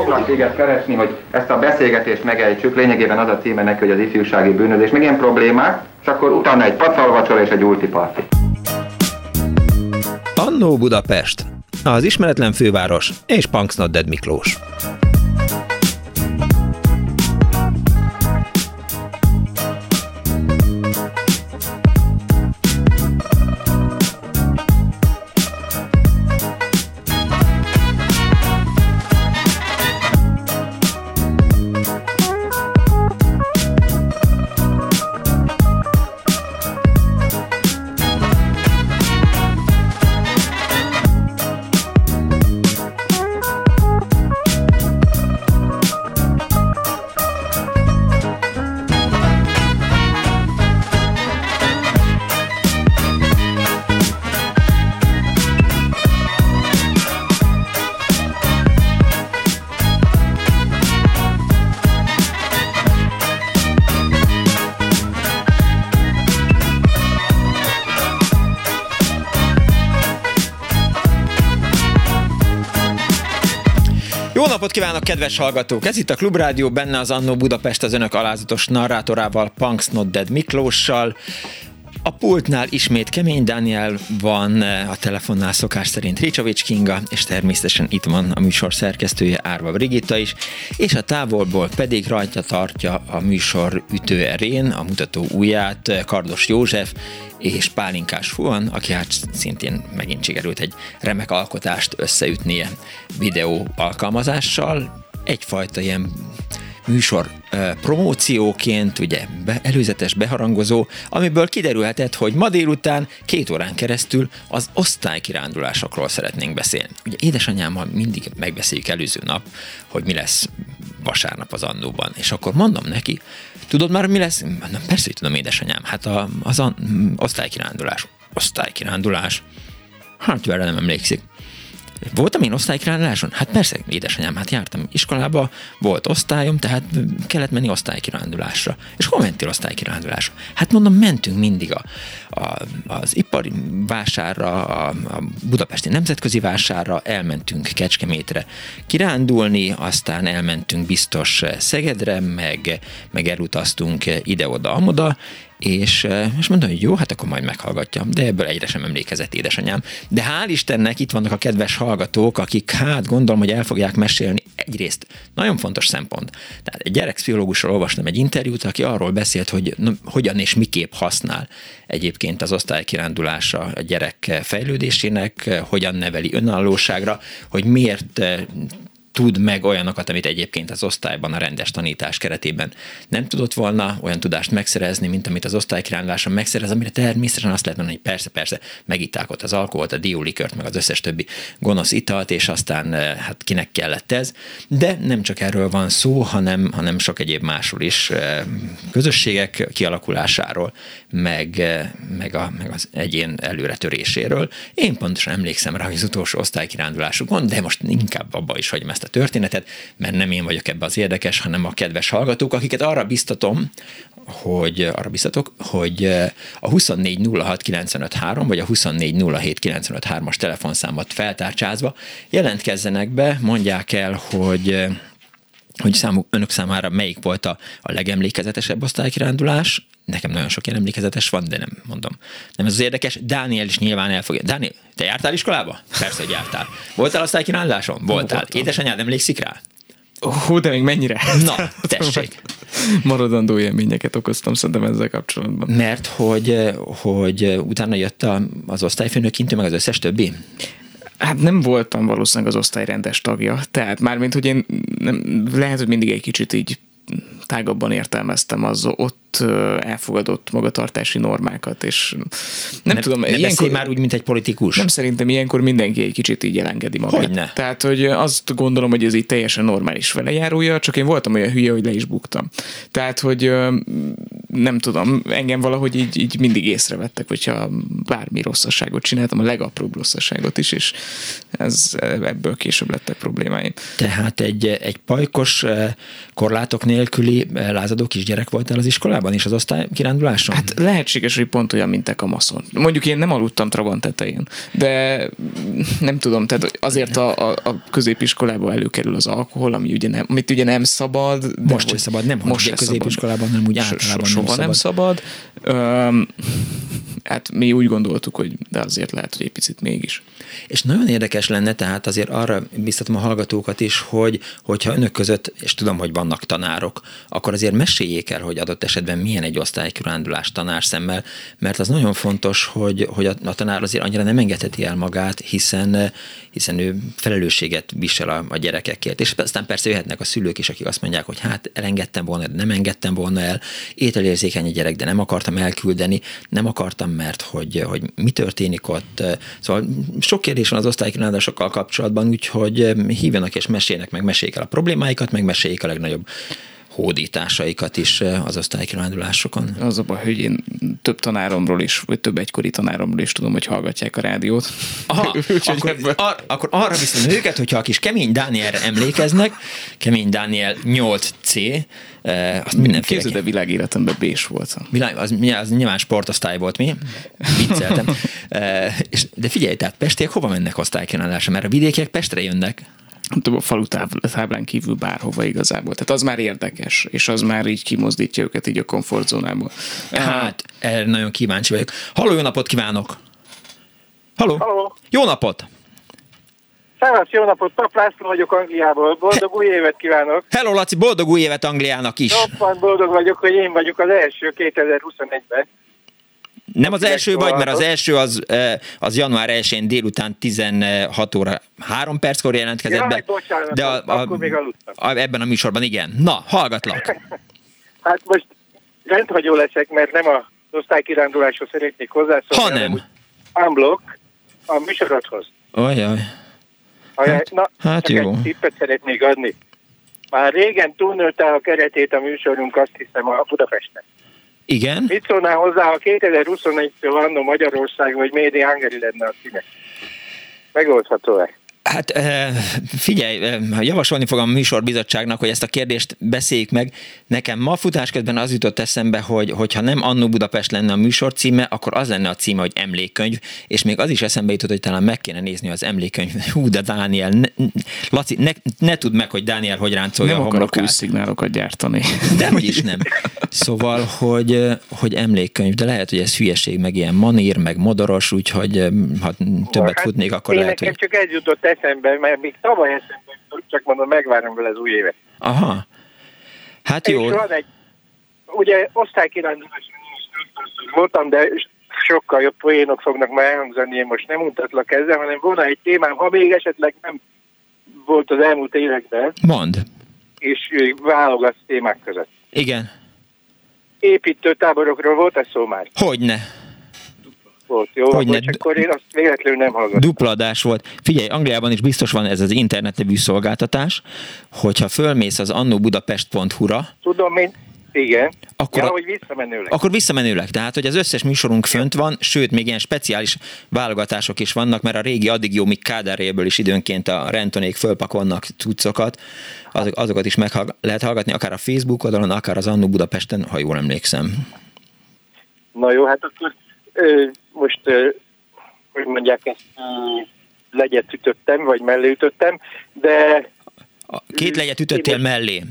foglak téged keresni, hogy ezt a beszélgetést megejtsük. Lényegében az a címe neki, hogy az ifjúsági bűnözés. Még ilyen problémák, és akkor utána egy pacalvacsora és egy ultiparti. Annó Budapest, az ismeretlen főváros és Punks Not Dead Miklós. Jó napot kívánok, kedves hallgatók! Ez itt a Klubrádió, benne az Annó Budapest az önök alázatos narrátorával, Punks Not Dead Miklóssal. A pultnál ismét Kemény Dániel van, a telefonnál szokás szerint Ricsovics Kinga, és természetesen itt van a műsor szerkesztője, Árva Brigitta is, és a távolból pedig rajta tartja a műsor ütőerén a mutató ujját Kardos József és Pálinkás Fuan, aki hát szintén megint sikerült egy remek alkotást összeütnie videó alkalmazással, egyfajta ilyen műsor promócióként, ugye előzetes beharangozó, amiből kiderülhetett, hogy ma délután 2 órán keresztül az osztálykirándulásokról szeretnénk beszélni. Ugye édesanyámmal mindig megbeszéljük előző nap, hogy mi lesz vasárnap az Annóban, és akkor mondom neki, tudod már, mi lesz? Na, persze, hogy tudom, édesanyám, hát az osztálykirándulás. Osztálykirándulás? Hát vele nem emlékszik. Voltam én osztálykiránduláson? Hát persze, édesanyám, hát jártam iskolába, volt osztályom, tehát kellett menni osztálykirándulásra. És hol mentél osztálykirándulásra? Hát mondom, mentünk mindig az ipari vásárra, a budapesti nemzetközi vásárra, elmentünk Kecskemétre kirándulni, aztán elmentünk biztos Szegedre, meg elutaztunk ide-oda-amoda, és mondom, hogy jó, hát akkor majd meghallgatja, de ebből egyre sem emlékezett édesanyám. De hál' Istennek itt vannak a kedves hallgatók, akik hát gondolom, hogy el fogják mesélni egyrészt. Nagyon fontos szempont. Tehát egy gyerekpszichológusról olvastam egy interjút, aki arról beszélt, hogy hogyan és miképp használ egyébként az osztálykirándulása a gyerek fejlődésének, hogyan neveli önállóságra, hogy miért tud meg olyanokat, amit egyébként az osztályban a rendes tanítás keretében nem tudott volna olyan tudást megszerezni, mint amit az osztálykiránduláson megszerez, amire természetesen azt lehet mondani, hogy persze, megitták ott az alkoholt, a diólikört, meg az összes többi gonosz italt, és aztán hát kinek kellett ez. De nem csak erről van szó, hanem sok egyéb másról is, közösségek kialakulásáról, meg az egyén előretöréséről. Én pontosan emlékszem rá, hogy az utolsó osztálykirándulásukon, de most inkább abba is hagyom ezt a történetet, mert nem én vagyok ebbe az érdekes, hanem a kedves hallgatók, akiket arra biztatok, hogy a 24 06 95 3 vagy a 24 07 95 3-as telefonszámot feltárcsázva jelentkezzenek be, mondják el, hogy önök számára melyik volt a legemlékezetesebb osztálykirándulás. Nekem nagyon sok ilyen emlékezetes van, de nem mondom. Nem ez az érdekes. Dániel is nyilván elfogja. Dániel, te jártál iskolába? Persze, hogy jártál. Voltál osztálykiránduláson? Voltál. Édesanyád emlékszik rá? Hú, de még mennyire? Na, tessék. Maradandó élményeket okoztam szerintem ezzel kapcsolatban. Mert hogy utána jött az osztályfőnökintő, meg az összes többi? Hát nem voltam valószínűleg az osztály rendes tagja. Tehát mármint, hogy én lehet, hogy mindig egy kicsit így tágabban értelmeztem az ott elfogadott magatartási normákat, és nem tudom. Ne beszélj már úgy, mint egy politikus. Nem, szerintem ilyenkor mindenki egy kicsit így elengedi magát. Hogyne? Tehát, hogy azt gondolom, hogy ez így teljesen normális velejárója, csak én voltam olyan hülye, hogy le is buktam. Tehát, hogy nem tudom, engem valahogy így mindig észrevettek, hogyha bármi rosszasságot csináltam, a legapróbb rosszasságot is, és ebből később lettek problémáim. Tehát egy pajkos, korlátok nélküli lázadó kisgyerek voltál az iskolában? középiskolában is az osztálykiránduláson? Hát lehetséges, hogy pont olyan, mint te kamaszon. Mondjuk én nem aludtam Trabant tetején, de nem tudom, tehát azért a középiskolában előkerül az alkohol, amit ugye nem szabad. De most se szabad, nem most a középiskolában, nem úgy általában soha nem szabad. Hát mi úgy gondoltuk, hogy de azért lehet, hogy egy picit mégis. És nagyon érdekes lenne, tehát azért arra biztatom a hallgatókat is, hogyha önök között, és tudom, hogy vannak tanárok, akkor azért meséljék el, hogy adott esetben milyen egy osztálykirándulás tanár szemmel, mert az nagyon fontos, hogy a tanár azért annyira nem engedheti el magát, hiszen ő felelősséget visel a gyerekekért. És aztán persze jöhetnek a szülők is, akik azt mondják, hogy hát elengedtem volna, de nem engedtem volna el, ételérzékeny a gyerek, de nem akartam elküldeni, nem akartam, mert hogy mi történik ott. Szóval sok kérdés van az osztálykirándulásokkal kapcsolatban, úgyhogy hívjanak és meséljék el a problémáikat, meg meséljék a legnagyobb hódításaikat is az osztálykirandulásokon. Az a baj, hogy én több tanáromról is, vagy több egykori tanáromról is tudom, hogy hallgatják a rádiót. Aha, akkor arra viszont őket, hogyha a kis Kemény Dánielre emlékeznek, Kemény Dániel 8C, azt mindenféle... Képzeld, a világéletemben B-s volt. Az nyilván sportosztály volt, mi? Vicceltem. De figyelj, tehát pestiek hova mennek osztálykirandulásra? Mert a vidékiek Pestre jönnek. A falu táblán kívül bárhova igazából. Tehát az már érdekes, és az már így kimozdítja őket így a komfortzónából. Hát, erre nagyon kíváncsi vagyok. Halló, jó napot kívánok! Halló! Jó napot! Szevasz, jó napot! Pap László vagyok Angliából. Boldog új évet kívánok! Hello, Laci, boldog új évet Angliának is! Roppant boldog vagyok, hogy én vagyok az első 2021-ben. Nem az első vagy, mert az első az január 1-én délután 16 óra 3 perckor jelentkezett be. Bocsánat, de akkor még aludtam. Ebben a műsorban, igen. Na, hallgatlak. Hát most rendhagyó leszek, mert nem az osztálykiránduláshoz szeretnék hozzászólni, hanem unblock a műsorodhoz. Ajaj. Hát jó. Egy tippet szeretnék adni. Már régen túlnőtte a keretét a műsorunk, azt hiszem, a Budapesten. Igen. Mit szólnál hozzá, ha 2021-től annó Magyarország, vagy Made in Hungary lenne a címe? Megoldható-e? Hát figyelj, javasolni fogom a műsorbizottságnak, hogy ezt a kérdést beszéljük meg. Nekem ma futás közben az jutott eszembe, hogyha nem Annó Budapest lenne a műsor címe, akkor az lenne a címe, hogy emlékkönyv, és még az is eszembe jutott, hogy talán meg kéne nézni az emlékkönyv. Hú, de Dániel, Laci, ne tudd meg, hogy Dániel hogy ráncolja a homlokát. Nem akarok új szignálokat gyártani. Dehogy is nem. Szóval, hogy emlékkönyv, de lehet, hogy ez hülyeség, meg ilyen manír, meg modoros, úgyhogy ha többet futnék, akkor lehet, hogy... Csak ez jutott eszembe, mert még tavaly eszembe jutott, csak mondom, megvárom vele az új évet. Aha. Hát jó. És van egy, ugye osztálykiránduláson voltam, de sokkal jobb poénok fognak már elhangzani, én most nem mutatlak ezzel, hanem volna egy témám, ha még esetleg nem volt az elmúlt években. Mondd. És válogatsz témák között. Igen. Építőtáborokról volt-e szó már? Hogyne. Volt, jó, vagy akkor én azt véletlenül nem hallgattam. Dupla adás volt. Figyelj, Angliában is biztos van ez az internet nevű szolgáltatás, hogyha fölmész az annobudapest.hu-ra. Tudom én, igen. Akkor, hogy visszamenőleg. Akkor visszamenőleg. Tehát, hogy az összes műsorunk fönt van, sőt, még ilyen speciális válogatások is vannak, mert a régi Addig jó, míg Kádáréből is időnként a Rentonék fölpakolnak cuccokat. Azokat is meg lehet hallgatni, akár a Facebook oldalon, akár az Annó Budapesten, ha jól emlékszem. Na jó, hát akkor most, hogy mondják ezt, legyet ütöttem, vagy mellé ütöttem, de... Két legyet ütöttél mellé.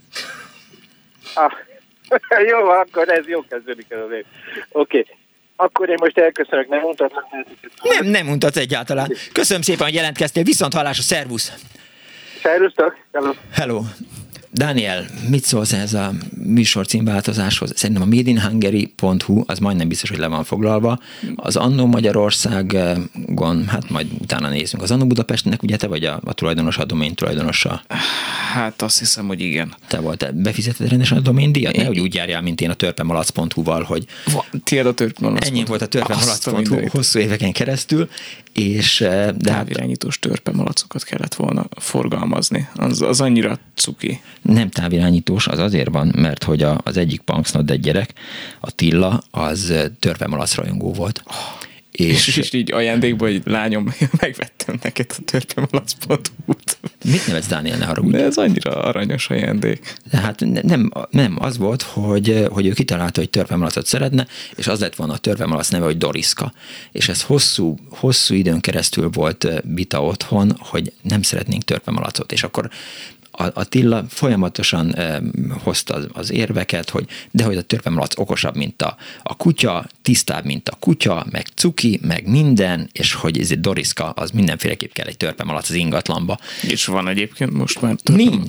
Jó, akkor ez jó kezdődik ez az év. Oké. Akkor én most elköszönök, nem mutatlak. Nem mutatsz egyáltalán. Köszönöm szépen, hogy jelentkeztél. Viszont hallásra, szervusz! Szervusztok! Hello! Dániel, mit szólsz ez a műsor címváltozáshoz? Szerintem a madeinhungary.hu az majdnem biztos, hogy le van foglalva. Az Annó Magyarországon, hát majd utána nézzünk. Az Annó Budapestnek ugye te vagy a tulajdonos, a domain tulajdonosa? Hát azt hiszem, hogy igen. Te volt, befizeted rendesen a domain-díjat? Nehogy úgy járjál, mint én a törpemalac.hu-val, hogy... Tiéd a törpemalac.hu. Ennyi volt a törpemalac.hu hosszú éveken keresztül, és... távirányítós törpemalacokat kellett volna forgalmazni. Az annyira cuki. Nem távirányítós, az azért van, mert hogy az egyik Punksnodded gyerek, a Tilla, az törpemalac rajongó volt. És így ajándékban, hogy lányom, megvettem neked a törpemalac.hu-t. Mit nevetsz, Dániel, ne haragudj? De ez annyira aranyos ajándék. Hát nem, az volt, hogy ő kitalálta, hogy törpemalacot szeretne, és az lett volna a törpemalac neve, hogy Doriska. És ez hosszú időn keresztül volt vita otthon, hogy nem szeretnénk törpemalacot. És akkor Attila folyamatosan hozta az érveket, hogy a törpemalac okosabb, mint a kutya, tisztább, mint a kutya, meg cuki, meg minden, és hogy ez egy Doriska, az mindenféleképp kell egy törpemalac az ingatlanba. És van egyébként most már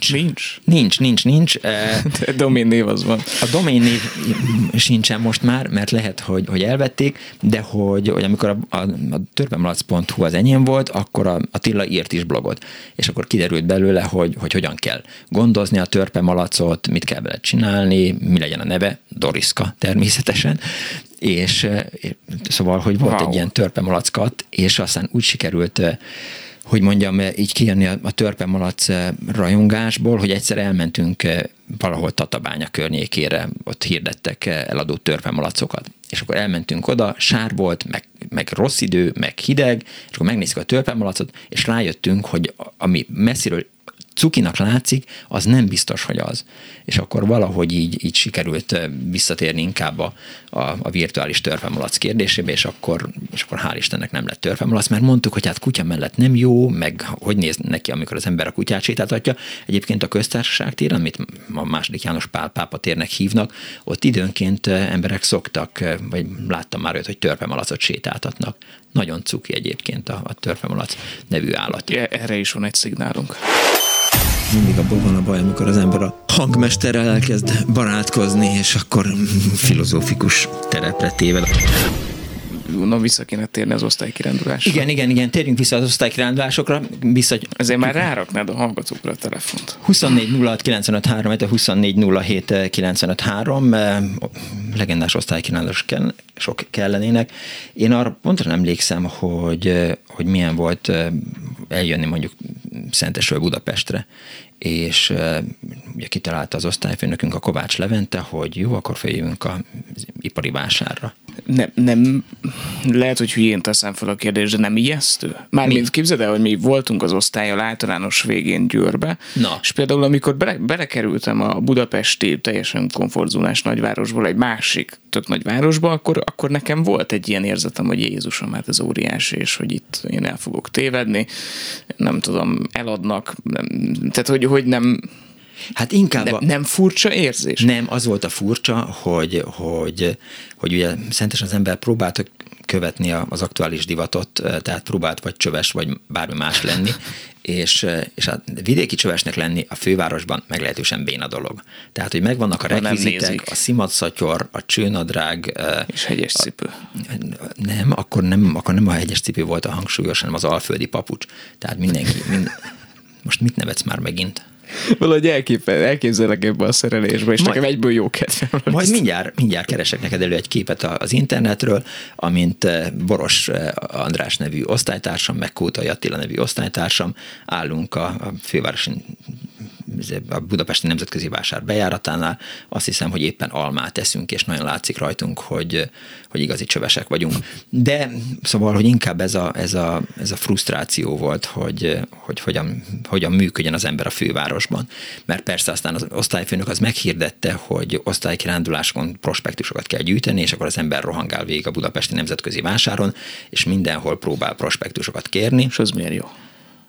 Nincs. De domain név az van. A domain név sincsen most már, mert lehet, hogy elvették, de hogy amikor a törpemalac.hu az enyém volt, akkor Attila írt is blogot, és akkor kiderült belőle, hogy hogyan kell gondozni a törpemalacot, mit kell vele csinálni, mi legyen a neve, Doriska természetesen, és szóval, hogy volt egy ilyen törpemalackat, és aztán úgy sikerült, hogy mondjam, így kijönni a törpemalac rajongásból, hogy egyszer elmentünk valahol Tatabánya környékére, ott hirdettek eladó törpemalacokat. És akkor elmentünk oda, sár volt, meg rossz idő, meg hideg, és akkor megnéztük a törpemalacot, és rájöttünk, hogy ami messziről cukinak látszik, az nem biztos, hogy az. És akkor valahogy így sikerült visszatérni inkább a virtuális törpemalac kérdésébe, és akkor hál' Istennek nem lett törpemalac, mert mondtuk, hogy hát kutya mellett nem jó, meg hogy néz neki, amikor az ember a kutyát sétáltatja. Egyébként a Köztársaság téren, amit a II. János Pál pápa térnek hívnak, ott időnként emberek szoktak, vagy láttam már őt, hogy törpemalacot sétáltatnak. Nagyon cuki egyébként a törpemalac nevű állat. Erre is van egy szignálunk. Mindig abból van a baj, amikor az ember a hangmesterrel elkezd barátkozni, és akkor filozófikus terepre téved. Na, vissza kéne térni az osztálykirendulásra. Igen, térjünk vissza az osztálykirándulásokra. Ezért már ráraknád a hallgatókra a telefont. 24 06 95 3, 24 07 95 3, legendás osztálykirándulások kellenének. Én arra pontosan emlékszem, hogy milyen volt eljönni mondjuk Szentesről Budapestre, és ugye kitalálta az osztályfőnökünk, a Kovács Levente, hogy jó, akkor feljövünk az ipari vásárra. Nem, lehet, hogy hülyén teszem fel a kérdést, de nem ijesztő? Mármint képzeld el, hogy mi voltunk az osztállyal általános végén Győrbe, és például amikor belekerültem a budapesti teljesen komfortzónás nagyvárosból egy másik tök nagyvárosba, akkor nekem volt egy ilyen érzetem, hogy Jézusom, hát ez óriási, és hogy itt én el fogok tévedni, nem tudom, eladnak, tehát hogy nem... Hát inkább nem furcsa érzés? Nem, az volt a furcsa, hogy ugye szentesen az ember próbálta követni az aktuális divatot, tehát próbált vagy csöves, vagy bármi más lenni, és a vidéki csövesnek lenni a fővárosban meglehetősen béna dolog. Tehát, hogy megvannak a rekvizitek, a szimatszatyor, a csőnadrág. És hegyes cipő. Akkor nem a hegyes cipő volt a hangsúlyos, hanem az alföldi papucs. Tehát mindenki. Most mit nevetsz már megint? Valahogy elképzelek ebbe a szerelésbe, és nekem egyből jó kedvem. Majd mindjárt keresek neked elő egy képet az internetről, amint Boros András nevű osztálytársam, meg Kótai Attila nevű osztálytársam állunk a fővárosi a budapesti nemzetközi vásár bejáratánál. Azt hiszem, hogy éppen almát eszünk, és nagyon látszik rajtunk, hogy igazi csövesek vagyunk. De szóval, hogy inkább ez a frusztráció volt, hogy hogyan működjön az ember a fővárosban. Mert persze aztán az osztályfőnök az meghirdette, hogy osztálykiránduláskon prospektusokat kell gyűjteni, és akkor az ember rohangál végig a budapesti nemzetközi vásáron, és mindenhol próbál prospektusokat kérni. És az miért jó?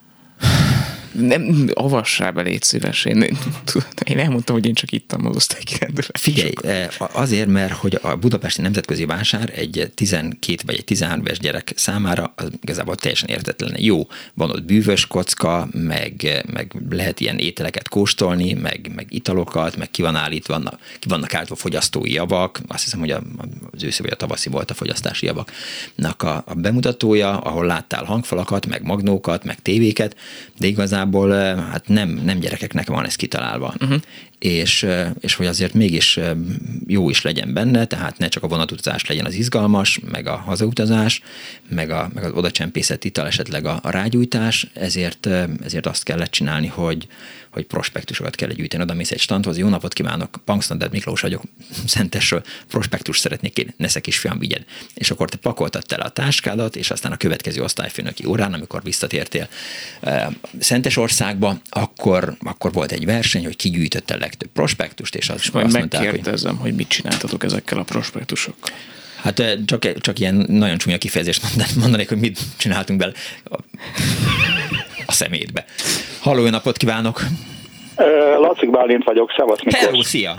Nem, avassá be, légy szíves. Én elmondtam, hogy én csak ittam az osztálykirándulást. Figyelj, azért, mert hogy a budapesti nemzetközi vásár egy 12 vagy egy 13 éves gyerek számára az igazából teljesen értetlen. Jó, van ott bűvös kocka, meg lehet ilyen ételeket kóstolni, meg italokat, meg ki vannak állítva fogyasztói javak. Azt hiszem, hogy az őszi vagy a tavaszi volt a fogyasztási javaknak a bemutatója, ahol láttál hangfalakat, meg magnókat, meg tévéket, de igazából hát nem gyerekeknek van ez kitalálva. Uh-huh. És hogy azért mégis jó is legyen benne, tehát ne csak a vonatutazás legyen az izgalmas, meg a hazautazás, meg az odacsempészett ital, esetleg a rágyújtás, ezért azt kellett csinálni, hogy hogy prospektusokat kell gyűjteni. Oda mész egy standhoz, jó napot kívánok, Punksnodded Miklós vagyok, Szentesről, prospektus szeretnék kérni, nesze kisfiam, vigyed. És akkor te pakoltad tele a táskádat, és aztán a következő osztályfőnöki órán, amikor visszatértél Szentesországba, akkor volt egy verseny, hogy ki gyűjtötte a legtöbb prospektust, és azt mondták, megkérdezem, hogy mit csináltatok ezekkel a prospektusokkal. Hát csak ilyen nagyon csúnya kifejezést mondanék, hogy mit csináltunk bele a szemétbe. Halló, jó napot kívánok! Lacik Bálint vagyok, szevasz Miklós. Hello, szia!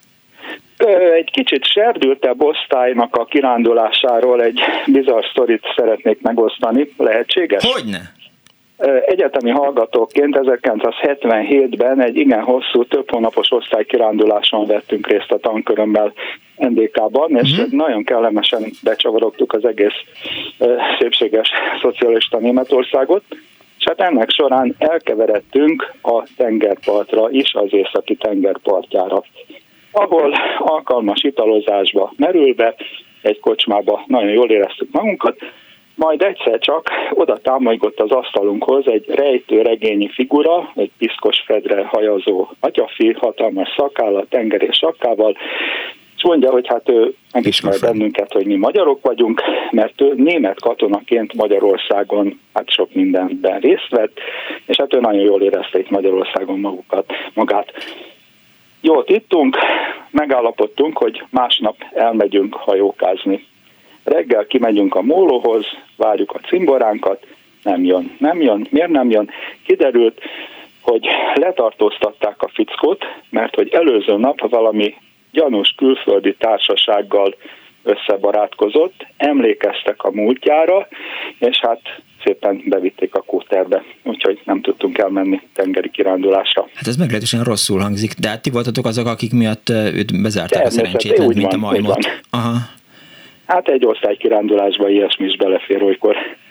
Egy kicsit serdültebb osztálynak a kirándulásáról egy bizarr sztorit szeretnék megosztani. Lehetséges? Hogyne? Egyetemi hallgatóként 1977-ben egy igen hosszú, több hónapos osztálykiránduláson vettünk részt a tankörömmel NDK-ban, és nagyon kellemesen becsavarogtuk az egész szépséges szocialista Németországot, és hát ennek során elkeveredtünk a tengerpartra is, az északi tengerpartjára, ahol alkalmas italozásba merülve, egy kocsmába nagyon jól éreztük magunkat, majd egyszer csak oda támolygott az asztalunkhoz egy rejtő regényi figura, egy piszkos fedre hajazó atyafi, hatalmas szakállal, tengeri sakkával, és mondja, hogy hát ő megismer bennünket, hogy mi magyarok vagyunk, mert ő német katonaként Magyarországon hát sok mindenben részt vett, és hát ő nagyon jól érezte itt Magyarországon magát. Jót ittunk, megállapodtunk, hogy másnap elmegyünk hajókázni. Reggel kimegyünk a mólóhoz, várjuk a cimboránkat, nem jön. Miért nem jön? Kiderült, hogy letartóztatták a fickót, mert hogy előző nap valami gyanús külföldi társasággal összebarátkozott, emlékeztek a múltjára, és hát szépen bevitték a kúterbe, úgyhogy nem tudtunk elmenni tengeri kirándulásra. Hát ez meglehetősen rosszul hangzik, de hát ti voltatok azok, akik miatt őt bezárták a szerencsétlen, mint a majmot. Aha. Hát egy osztálykirándulásba ilyesmi is belefér olykor.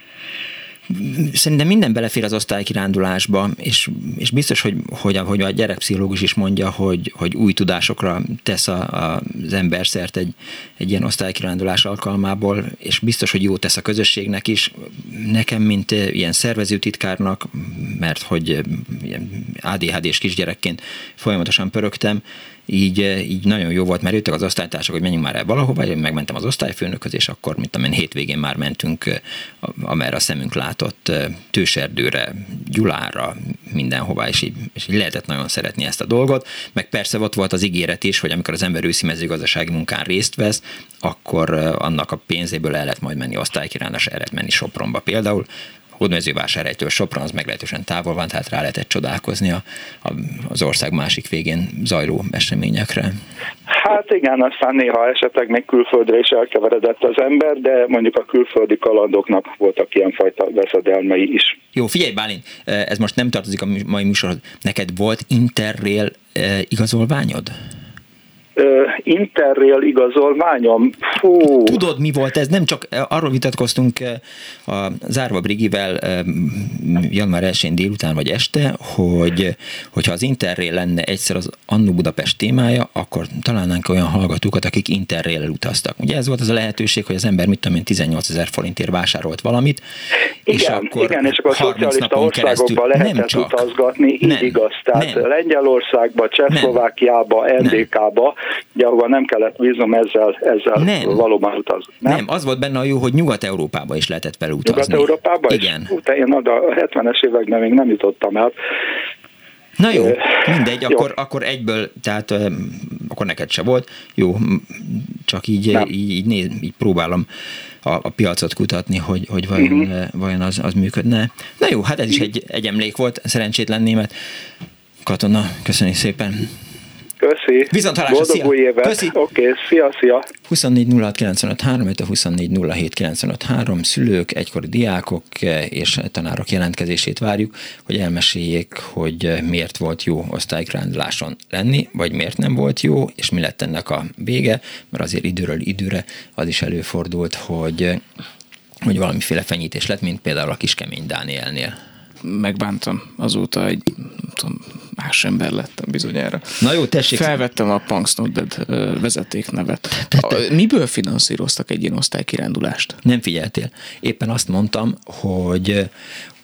Szerintem minden belefér az osztálykirándulásba, és biztos, hogy a gyerekpszichológus is mondja, hogy új tudásokra tesz az ember szert egy ilyen osztálykirándulás alkalmából, és biztos, hogy jó tesz a közösségnek is. Nekem, mint ilyen szervezőtitkárnak, mert hogy ADHD-s kisgyerekként folyamatosan pörögtem, így nagyon jó volt, mert jöttek az osztálytársak, hogy menjünk már el valahova, én megmentem az osztályfőnökhöz, és akkor, mint amilyen hétvégén már mentünk, amerre a szemünk látott, Tőserdőre, Gyulára, mindenhová, és így lehetett nagyon szeretni ezt a dolgot. Meg persze ott volt az ígéret is, hogy amikor az ember őszi mezőgazdasági munkán részt vesz, akkor annak a pénzéből el lehet majd menni osztálykirándulásra, el lehet menni Sopronba például. Hódmezővásárhelytől Sopron az meglehetősen távol van, tehát rá lehetett csodálkozni az ország másik végén zajló eseményekre. Hát igen, aztán néha esetleg még külföldre is elkeveredett az ember, de mondjuk a külföldi kalandoknak voltak ilyenfajta veszedelmei is. Jó, figyelj Bálint, ez most nem tartozik a mai műsorhoz. Neked volt Interrail igazolványod? Interrail igazolványom? Fú. Tudod, mi volt ez? Nem csak arról vitatkoztunk a Zárva Brigivel január 1-én délután vagy este, hogyha az Interrail lenne egyszer az Anno Budapest témája, akkor találnánk olyan hallgatókat, akik Interrail-el utaztak. Ugye ez volt az a lehetőség, hogy az ember 18 000 forintért vásárolt valamit, igen, és akkor szocialista országokba lehetett utazgatni, így igaz. Tehát Lengyelországba, Csehszlovákiába, NDK-ba, ugye ahova nem kellett vízum ezzel valóban utazni. Nem, az volt benne a jó, hogy Nyugat-Európába is lehetett vele utazni. Nyugat-Európába is? Igen. Én a 70-es években még nem jutottam el. Na jó, mindegy, akkor egyből, tehát akkor neked se volt. Jó, csak így próbálom a piacot kutatni, hogy vajon az működne. Na jó, hát ez is egy emlék volt, szerencsétlen német katona. Köszönjük szépen. Köszi. Viszont hallásra, szia. Boldog új évet. Oké, szia. 24 06 953, 24 07 953, szülők, egykori diákok és tanárok jelentkezését várjuk, hogy elmeséljék, hogy miért volt jó osztálykiránduláson lenni, vagy miért nem volt jó, és mi lett ennek a vége, mert azért időről időre az is előfordult, hogy valamiféle fenyítés lett, mint például a Kiskemény Dánielnél. Megbántam azóta egy, nem tudom, más ember lettem bizonyára. Na jó, tessék. Felvettem a Punksnodded vezetéknevet. Miből finanszíroztak egy ilyen osztálykirándulást? Nem figyeltél. Éppen azt mondtam, hogy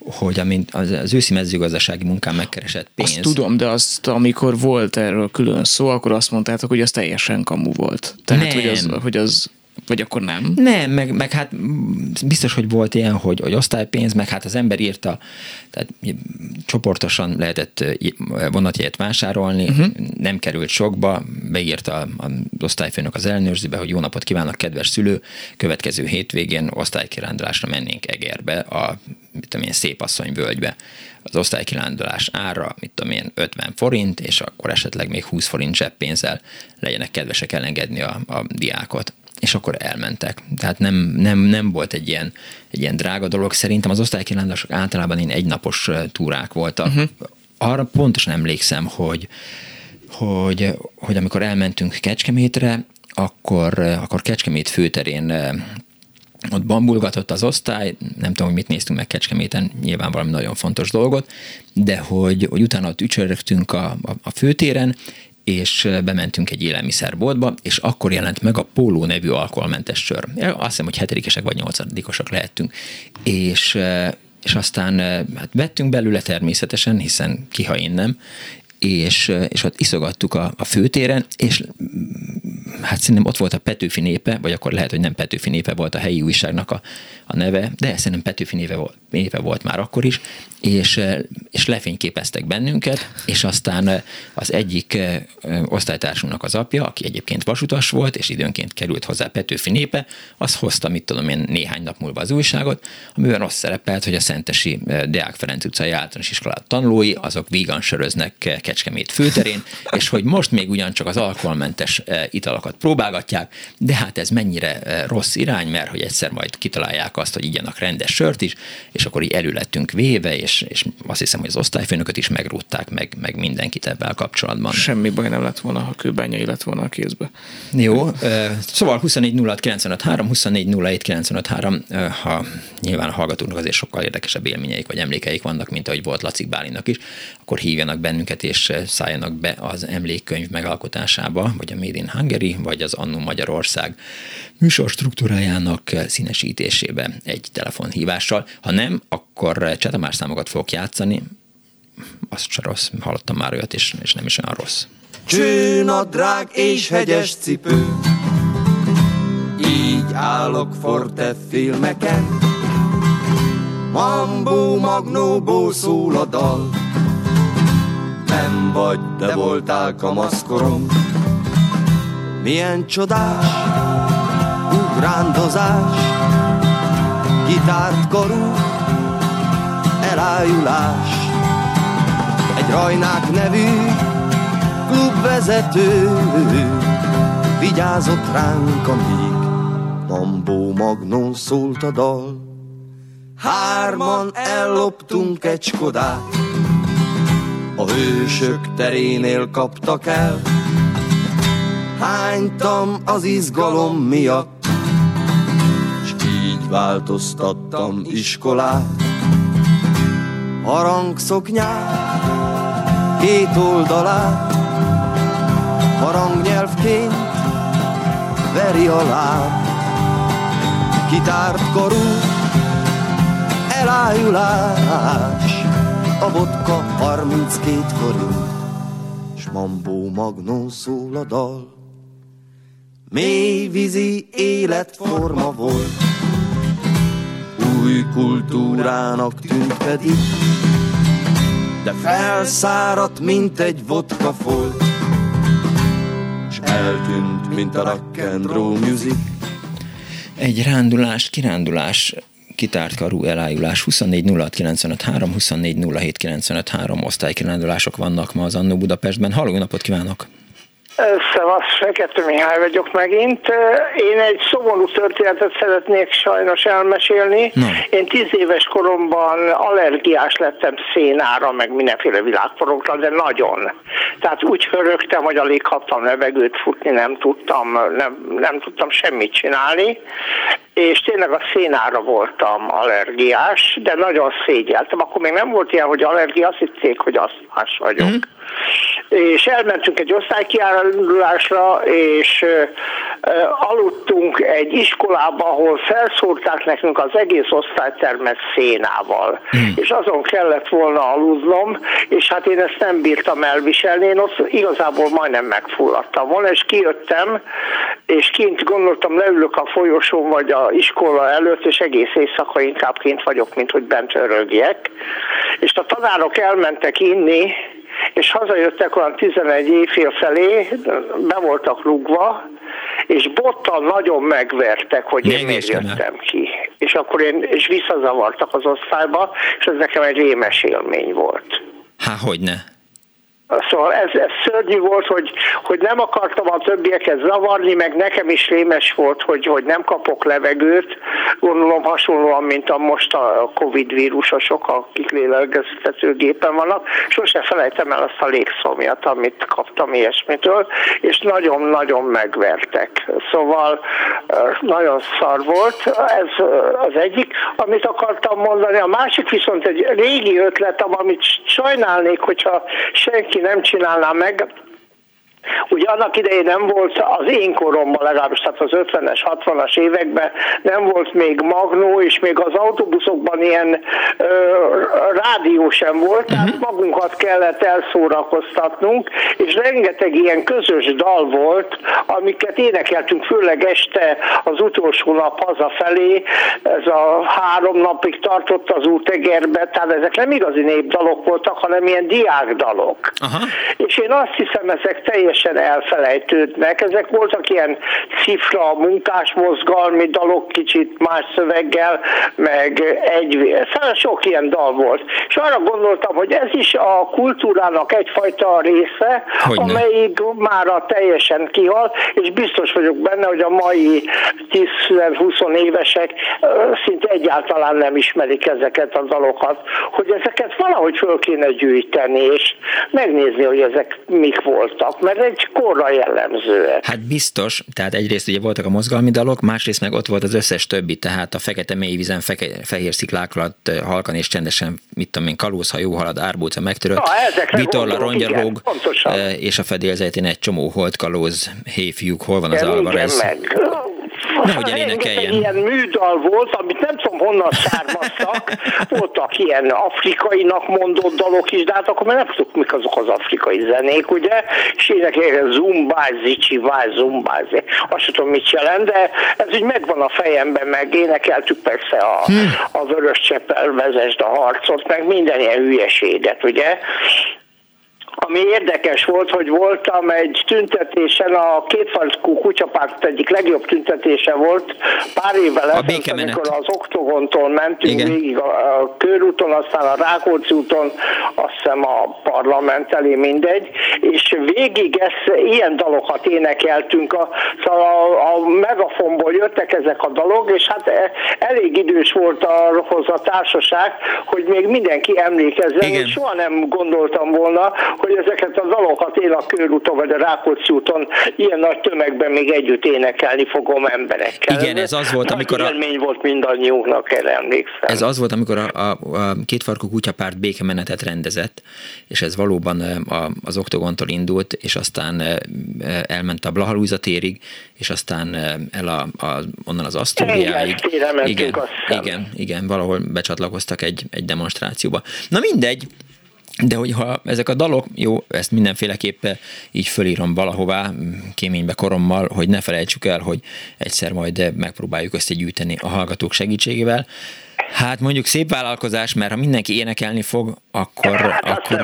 hogy az őszi mezőgazdasági munkán megkeresett pénz. Azt tudom, de amikor volt erről külön szó, akkor azt mondtátok, hogy az teljesen kamu volt. Tehát, hogy az vagy akkor nem? Nem, meg hát biztos, hogy volt ilyen, hogy osztálypénz, meg hát az ember írta, tehát csoportosan lehetett vonatjegyet vásárolni, nem került sokba, beírta az osztályfőnök az ellenőrzőbe, hogy jó napot kívánok, kedves szülő, következő hétvégén osztálykirándulásra mennénk Egerbe, a Szépasszony völgybe. Az osztálykirándulás ára, 50 forint, és akkor esetleg még 20 forint zseppénzzel legyenek kedvesek elengedni a diákot. És akkor elmentek. Tehát nem volt egy ilyen drága dolog. Szerintem az osztálykirándulások általában egynapos túrák voltak. Arra pontosan emlékszem, hogy amikor elmentünk Kecskemétre, akkor Kecskemét főterén ott bambulgatott az osztály, nem tudom, hogy mit néztünk meg Kecskeméten, nyilván valami nagyon fontos dolgot, de hogy utána ott ücsörögtünk a főtéren, és bementünk egy élelmiszerboltba, és akkor jelent meg a Póló nevű alkoholmentes sör. Azt hiszem, hogy 7-esek vagy 8-osok lehettünk. És aztán hát vettünk belőle természetesen, hiszen ki, ha én nem, és ott iszogattuk a főtéren, és hát szerintem ott volt a Petőfi népe, vagy akkor lehet, hogy nem Petőfi népe volt a helyi újságnak a neve, de szerintem Petőfi népe volt már akkor is, és lefényképeztek bennünket, és aztán az egyik osztálytársunknak az apja, aki egyébként vasutas volt, és időnként került hozzá Petőfi népe, az hozta, néhány nap múlva az újságot, amiben azt szerepelt, hogy a szentesi Deák Ferenc utcai általános iskolát tanulói, azok vígan söröznek Kecskemét főterén, és hogy most még ugyancsak az alkoholmentes italokat próbálgatják, de hát ez mennyire rossz irány, mert hogy egyszer majd kitalálják azt, hogy igyanak rendes sört is, és akkor így elő lettünk véve, és azt hiszem, hogy az osztályfőnököt is megrúgták, meg mindenkit ebben kapcsolatban. Semmi baj nem lett volna, ha kőbányai lett volna a kézbe. Jó, szóval 24 06 953, 24 07 953, ha nyilván a hallgatóknak azért sokkal érdekesebb élményeik vagy emlékeik vannak, mint ahogy volt Laci Bálinnak is, akkor hívjanak bennünket, és szálljanak be az emlékkönyv megalkotásába, vagy a Made in Hungary, vagy az Annó Magyarország műsor struktúrájának színesítésébe egy telefonhívással. Ha nem, akkor Csetamás számokat fogok játszani. Az se rossz, hallottam már olyat, és nem is olyan rossz. Csőnadrág és hegyes cipő, így állok Forte filmeken. Mambo Magnóból szól a dal, nem vagy, de voltál kamaszkorom. Milyen csodás ugrándozás, gitárt karú elájulás. Egy Rajnák nevű klubvezető vigyázott ránk, amíg Mambo Magnó szólt a dal. Hárman elloptunk egy Skodát, a hősök terénél kaptak el. Hánytam az izgalom miatt, s így változtattam iskolát. Harangszoknyát, két oldalát, harangnyelvként veri a láb. Kitárt karú elájulás, a vodka 32 forint, s Mambo Magnó szól a dal. Mélyvízi életforma volt, új kultúrának tűnt pedig, de felszáradt, mint egy vodka folt, s eltűnt, mint a rock'n'roll music. Egy rándulás, kirándulás, kitárt karú elájulás, 24 06 953, 24 07 953 osztálykirándulások vannak ma az Annó Budapestben. Halló, napot kívánok! Szevasz, Fekete Mihály vagyok megint. Én egy szomorú történetet szeretnék sajnos elmesélni. Na. Én 10 éves koromban allergiás lettem szénára, meg mindenféle világporonkra, de nagyon. Tehát úgy hörögtem, hogy alig kaptam levegőt, futni nem tudtam semmit csinálni, és tényleg a szénára voltam allergiás, de nagyon szégyeltem. Akkor még nem volt ilyen, hogy allergia, azt hitték, hogy asztmás vagyok. és elmentünk egy osztálykirándulásra, és aludtunk egy iskolába, ahol felszórták nekünk az egész osztálytermet szénával. És azon kellett volna aludnom, és hát én ezt nem bírtam elviselni, én ott igazából majdnem megfulladtam volna, és kijöttem, és kint gondoltam, leülök a folyosón vagy a iskola előtt, és egész éjszaka inkább kint vagyok, mint hogy bent örögjek. És a tanárok elmentek inni, és hazajöttek olyan 11 éjfél felé, be voltak rúgva, és bottal nagyon megvertek, hogy én miért jöttem ki. És akkor és visszazavartak az osztályba, és ez nekem egy rémes élmény volt. Há, hogyne. Szóval ez szörnyű volt, hogy nem akartam a többieket zavarni, meg nekem is rémes volt, hogy nem kapok levegőt. Gondolom hasonlóan, mint a most a Covid vírusosok, akik lélegeztetőgépen vannak. Sose felejtem el azt a légszomjat, amit kaptam ilyesmitől, és nagyon-nagyon megvertek. Szóval nagyon szar volt. Ez az egyik, amit akartam mondani. A másik viszont egy régi ötletem, amit sajnálnék, hogyha senki nem csinálná meg. Ugye annak idején nem volt az én koromban, legalábbis tehát az 50-es, 60-as években nem volt még magnó, és még az autóbuszokban ilyen rádió sem volt, tehát magunkat kellett elszórakoztatnunk, és rengeteg ilyen közös dal volt, amiket énekeltünk, főleg este az utolsó nap hazafelé, ez a 3 napig tartott az útegerbe, tehát ezek nem igazi népdalok voltak, hanem ilyen diákdalok. Aha. És én azt hiszem, ezek teljesen elfelejtődnek. Ezek voltak ilyen cifra, munkásmozgalmi dalok, kicsit más szöveggel, meg sok ilyen dal volt. És arra gondoltam, hogy ez is a kultúrának egyfajta része, amelyik már teljesen kihal, és biztos vagyok benne, hogy a mai 10-20 évesek szinte egyáltalán nem ismerik ezeket a dalokat, hogy ezeket valahogy föl kéne gyűjteni, és megnézni, hogy ezek mik voltak, mert egy korra jellemzőek. Hát biztos, tehát egyrészt ugye voltak a mozgalmi dalok, másrészt meg ott volt az összes többi, tehát a fekete mélyvízen, fehér sziklák alatt halkan és csendesen, mit tudom én, kalózhajó halad, árbóca megtörött, vitorla, rongyarlóg, és a fedélzetén egy csomó holdkalóz, héjfiúk, hol van az Alvarez? Nehogy énekeljen. Ilyen műdal volt, amit nem tudom honnan származtak, voltak ilyen afrikainak mondott dalok is, de hát akkor már nem tudjuk, mik azok az afrikai zenék, ugye, és énekeljen zumbázi, csiváz, zumbázi, azt tudom, mit jelent, de ez úgy megvan a fejemben, meg énekeltük persze a Vörös Cseppel vezesd a harcot, meg minden ilyen hülyeséget, ugye. Ami érdekes volt, hogy voltam egy tüntetésen, a Kétfarkú Kutyapárt egyik legjobb tüntetése volt pár évvel ezelőtt, amikor az Oktogontól mentünk végig a körúton, aztán a Rákóczi úton, azt hiszem a parlament elé, mindegy, és végig ilyen dalokat énekeltünk, a megafonból jöttek ezek a dalok, és hát elég idős volt ahhoz a társaság, hogy még mindenki emlékezzen, és soha nem gondoltam volna, hogy ezeket a dalokat én a körúton vagy a Rákóczi úton ilyen nagy tömegben még együtt énekelni fogom emberekkel. Igen, ez az volt, amikor élmény volt mindannyiunknak, erre emlékszem. Ez az volt, amikor a Kétfarkú Kutyapárt békemenetet rendezett, és ez valóban az Oktogontól indult, és aztán elment a Blaha Lujza térig, és aztán onnan az Asztóriáig. Igen, valahol becsatlakoztak egy demonstrációba. Na mindegy, de hogyha ezek a dalok, jó, ezt mindenféleképp így fölírom valahová kéménybe korommal, hogy ne felejtsük el, hogy egyszer majd megpróbáljuk összegyűjteni a hallgatók segítségével. Hát mondjuk szép vállalkozás, mert ha mindenki énekelni fog, akkor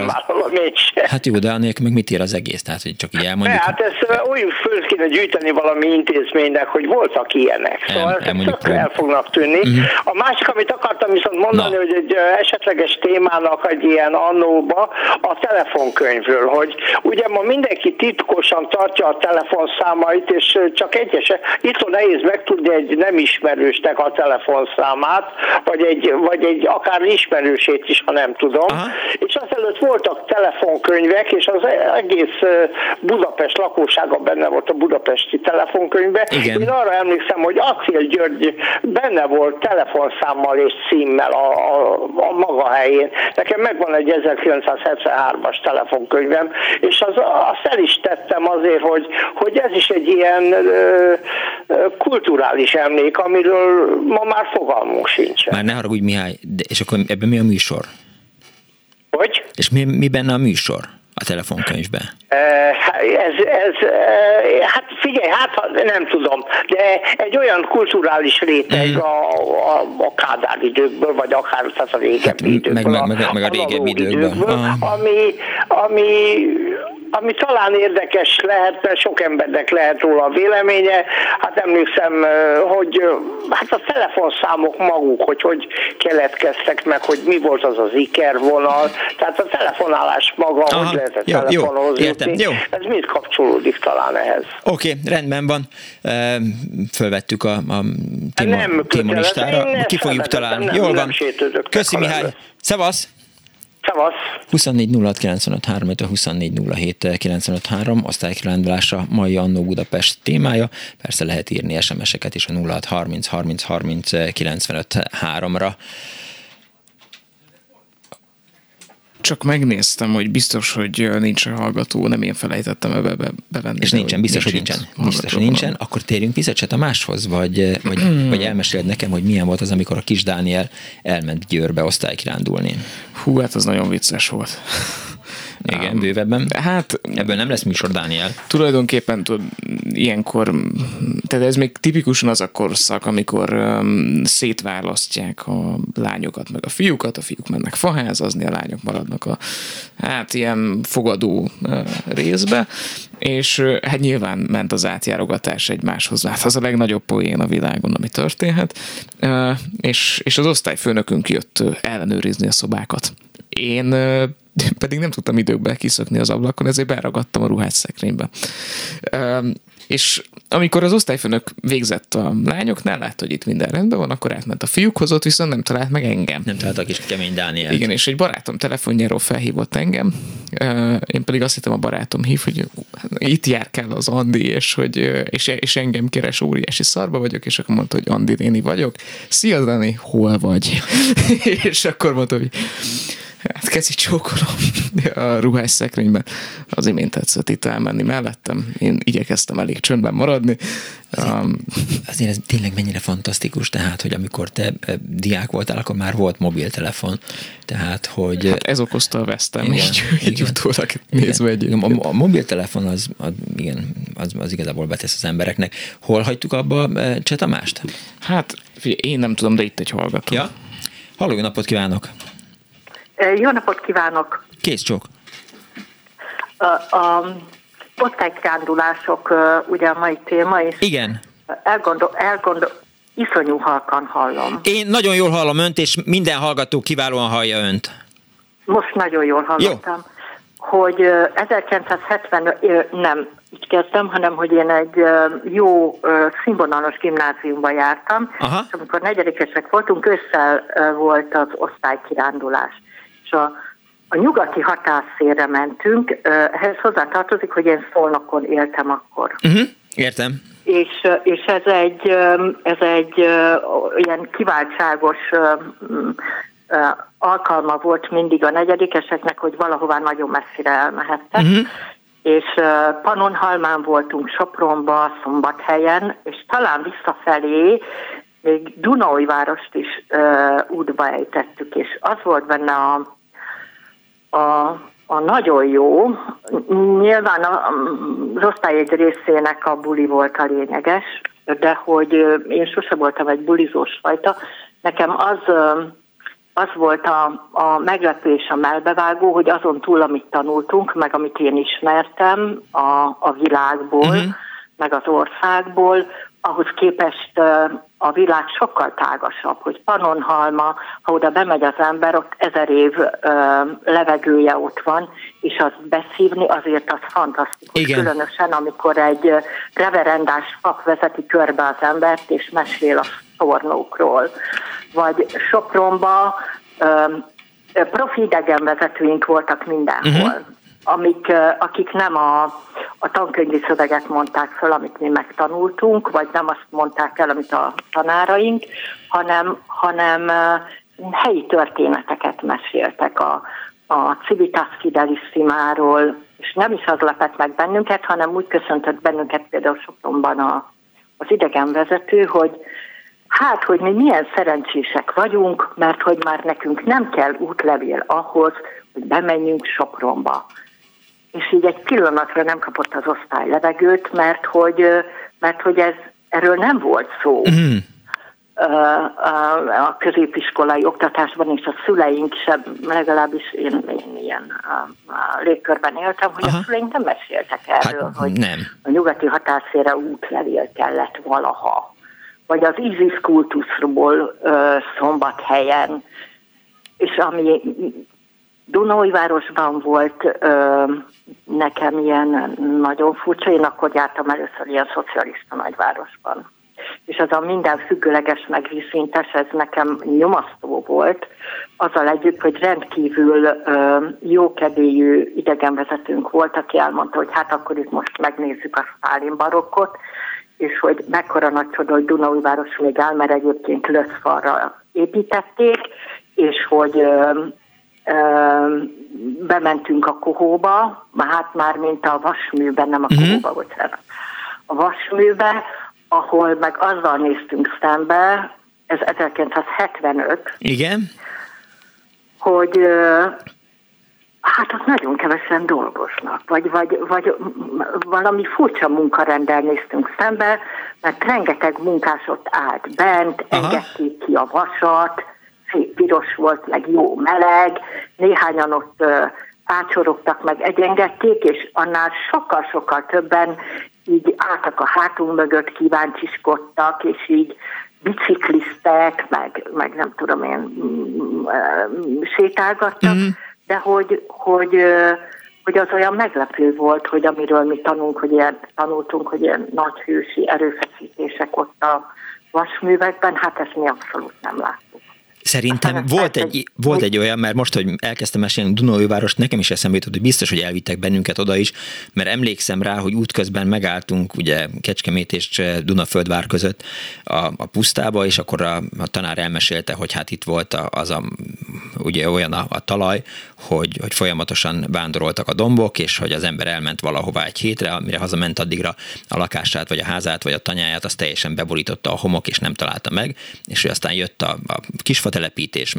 hát jó, de annélkül meg mit ér az egész? Tehát, hogy csak így elmondjuk. Hát ezt úgy föl kéne gyűjteni valami intézménynek, hogy voltak ilyenek. Szóval ezek el fognak tűnni. A másik, amit akartam viszont mondani, hogy egy esetleges témának egy ilyen annóba a telefonkönyvről, hogy ugye ma mindenki titkosan tartja a telefonszámait, és csak itt nehéz megtudni egy nem ismerősnek a telefonszámát, vagy egy akár ismerősét is, ha nem tudom. Aha. És azelőtt voltak telefonkönyvek, és az egész Budapest lakossága benne volt a budapesti telefonkönyvben. Igen. Én arra emlékszem, hogy Acél György benne volt telefonszámmal és címmel a maga helyén. Nekem megvan egy 1973-as telefonkönyvem, és azt el is tettem azért, hogy ez is egy ilyen kulturális emlék, amiről ma már fogalmunk sincsen. Már ne haragudj, Mihály, és akkor ebben mi a műsor? Hogy? És mi benne a műsor a telefonkönyvben? Hát figyelj, nem tudom, de egy olyan kulturális réteg a Kádár időkből, vagy akár a régebbi időkből. Meg a régebbi időkből. Ami talán érdekes lehet, mert sok embernek lehet róla a véleménye. Hát emlékszem, hogy hát a telefonszámok maguk, hogy keletkeztek meg, hogy mi volt az az ikervonal. Tehát a telefonálás maga, hogy lehetett telefonhoz jutni. Ez mind kapcsolódik talán ehhez. Oké, rendben van. Fölvettük a témolistára. Ki fogjuk találni. Jól van. Köszi, Mihály. Szevasz! Szevasz! 24 06 95 3, 24 07 95 3, osztálykirándulása mai Annó Budapest témája. Persze lehet írni SMS-eket is a 06 30 30 30 95 3-ra. Csak megnéztem, hogy biztos, hogy nincs a hallgató, nem én felejtettem ebbe bevenni. És nincsen, biztos, hogy nincsen. Biztos, hogy nincsen. Akkor térjünk vissza Cseh Tamáshoz, vagy elmeséld nekem, hogy milyen volt az, amikor a kis Dániel elment Győrbe osztálykirándulni. Hú, hát az nagyon vicces volt. Igen, bővebben. Hát ebből nem lesz műsor, Dániel. Tulajdonképpen ilyenkor, tehát ez még tipikusan az a korszak, amikor szétválasztják a lányokat meg a fiúk mennek faházazni, a lányok maradnak a ilyen fogadó részbe, és hát nyilván ment az átjárogatás egymáshoz. Hát az a legnagyobb poén a világon, ami történhet, és az osztályfőnökünk jött ellenőrizni a szobákat. Én pedig nem tudtam időkben kiszökni az ablakon, ezért beragadtam a ruhásszekrénybe. És amikor az osztályfőnök végzett a lányoknál, látta, hogy itt minden rendben van, akkor átment a fiúkhoz, ott viszont nem talált meg engem. Nem talált a kis kemény Dánielt. Igen, és egy barátom telefonjáról felhívott engem, én pedig azt hittem, a barátom hív, hogy itt járkál az Andi, és engem keres, óriási szarba vagyok, és akkor mondta, hogy Andi néni vagyok. Szia, Dani, hol vagy? És akkor mondta, hogy hát keci csókolom a ruhásszekrényben. Az imént tetszett itt elmenni mellettem. Én igyekeztem elég csöndben maradni. Azért ez tényleg mennyire fantasztikus, tehát, hogy amikor te diák voltál, akkor már volt mobiltelefon. Tehát, hogy... Hát ez okozta a vesztem, így utólag nézve egyébként. A mobiltelefon az igazából betesz az embereknek. Hol hagytuk abba Cseh Tamást? Hát, én nem tudom, de itt egy hallgató. Ja? Halló, jó napot kívánok! Jó napot kívánok! Kész csók! A osztálykirándulások ugye a mai téma, és igen. Iszonyú halkan hallom. Én nagyon jól hallom önt, és minden hallgató kiválóan hallja önt. Most nagyon jól hallottam. Jó. Hogy 1970, nem így kezdtem, hanem hogy én egy jó színvonalos gimnáziumban jártam, aha. És amikor negyedikesek voltunk, ősszel volt az osztálykirándulás. És a nyugati határszélre mentünk, ehhez hozzátartozik, hogy én Szolnokon éltem akkor. Értem. És ez egy ilyen kiváltságos alkalma volt mindig a negyedikeseknek, hogy valahová nagyon messzire elmehettek. És Pannonhalmán voltunk, Sopronba, Szombathelyen, és talán visszafelé még Dunaújvárost is útba ejtettük, és az volt benne a nagyon jó. Nyilván az osztály egy részének a buli volt a lényeges, de hogy én sose voltam egy bulizós fajta. Nekem az volt a meglepő és a melbevágó, hogy azon túl, amit tanultunk, meg amit én ismertem a világból, meg az országból, ahhoz képest a világ sokkal tágasabb, hogy Pannonhalma, ha oda bemegy az ember, ott 1000 év levegője ott van, és azt beszívni azért az fantasztikus. Igen. Különösen, amikor egy reverendás pap vezeti körbe az embert, és mesél a szornókról. Vagy Sopronba profi idegenvezetőink voltak mindenhol, akik nem a tankönyvi szöveget mondták fel, amit mi megtanultunk, vagy nem azt mondták el, amit a tanáraink, hanem helyi történeteket meséltek a Civitas Fidelissimáról, és nem is az lepett meg bennünket, hanem úgy köszöntött bennünket például Sopronban az idegenvezető, hogy mi milyen szerencsések vagyunk, mert hogy már nekünk nem kell útlevél ahhoz, hogy bemenjünk Sopronba. És így egy pillanatra nem kapott az osztály levegőt, mert hogy erről nem volt szó. A középiskolai oktatásban, és a szüleink sem, legalábbis én ilyen légkörben éltem, hogy a szüleink nem meséltek erről, hogy nem. A nyugati határszélre útlevél kellett valaha. Vagy az ISIS kultuszról Szombathelyen, és ami Dunaújvárosban volt nekem ilyen nagyon furcsa, én akkor jártam először ilyen szocialista nagyvárosban. És az a minden függőleges meg vízszintes, ez nekem nyomasztó volt, azzal együtt, hogy rendkívül jókedélyű idegenvezetőnk volt, aki elmondta, hogy hát akkor itt most megnézzük a Sztálin barokkot, és hogy mekkora nagy csoda, hogy Dunaújváros még áll, mert egyébként löszfalra építették, és hogy bementünk a Kohóba, hát már mint a vasműben, nem a Kohóba, bocsánat, a vasműbe, ahol meg azzal néztünk szembe, ez 1975. Igen. Hogy hát ott nagyon kevesen dolgoznak, vagy valami furcsa munkarendel néztünk szembe, mert rengeteg munkás ott állt bent, engedték ki a vasat, szép piros volt, meg jó meleg, néhányan ott ácsorogtak, meg egyengedték, és annál sokkal-sokkal többen így álltak a hátunk mögött, kíváncsiskodtak, és így bicikliztek, meg nem tudom én, sétálgattak, de hogy az olyan meglepő volt, hogy amiről mi tanultunk, hogy ilyen nagy hősi erőfeszítések ott a vasművekben, hát ezt mi abszolút nem láttuk. Szerintem volt egy olyan, mert most, hogy elkezdtem mesélni Dunaújvárost, nekem is eszembe jutott, hogy biztos, hogy elvittek bennünket oda is, mert emlékszem rá, hogy útközben megálltunk ugye Kecskemét és Dunaföldvár között a pusztába, és akkor a tanár elmesélte, hogy hát itt volt ugye olyan a talaj, hogy folyamatosan vándoroltak a dombok, és hogy az ember elment valahová egy hétre, amire hazament addigra a lakását, vagy a házát, vagy a tanyáját, az teljesen beborította a homok, és nem találta meg, és hogy aztán jött a kisfatelepítés,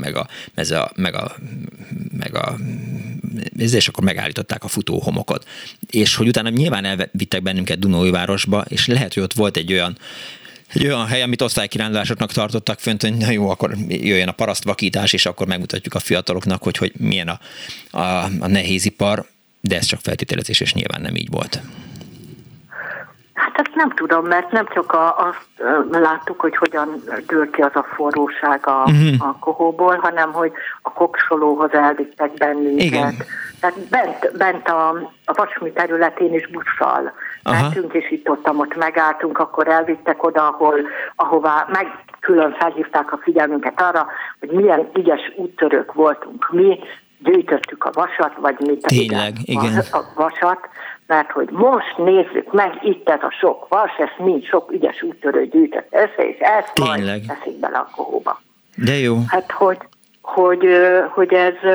és akkor megállították a futó homokot. És hogy utána nyilván elvittek bennünket Dunaújvárosba, és lehet, hogy ott volt egy olyan hely, amit osztálykirándulásoknak tartottak fönt, hogy na jó, akkor jöjjön a parasztvakítás, és akkor megmutatjuk a fiataloknak, hogy milyen a nehézipar, de ez csak feltételezés, és nyilván nem így volt. Hát ezt nem tudom, mert nem csak azt láttuk, hogy hogyan dől ki az a forróság a Kohóból, hanem hogy a Koksolóhoz elvittek bennünket. Igen. Tehát bent a vasmű területén is busszal mentünk, és itt-ott megálltunk, akkor elvittek oda, ahová külön felhívták a figyelmünket arra, hogy milyen ügyes úttörők voltunk mi, gyűjtöttük a vasat, vagy mit a vasat, mert hogy most nézzük meg, itt ez a sok vas, ezt mind sok ügyes úttörő gyűjtött össze, és ezt majd teszik bele a Kohóba. De jó. Hát, hogy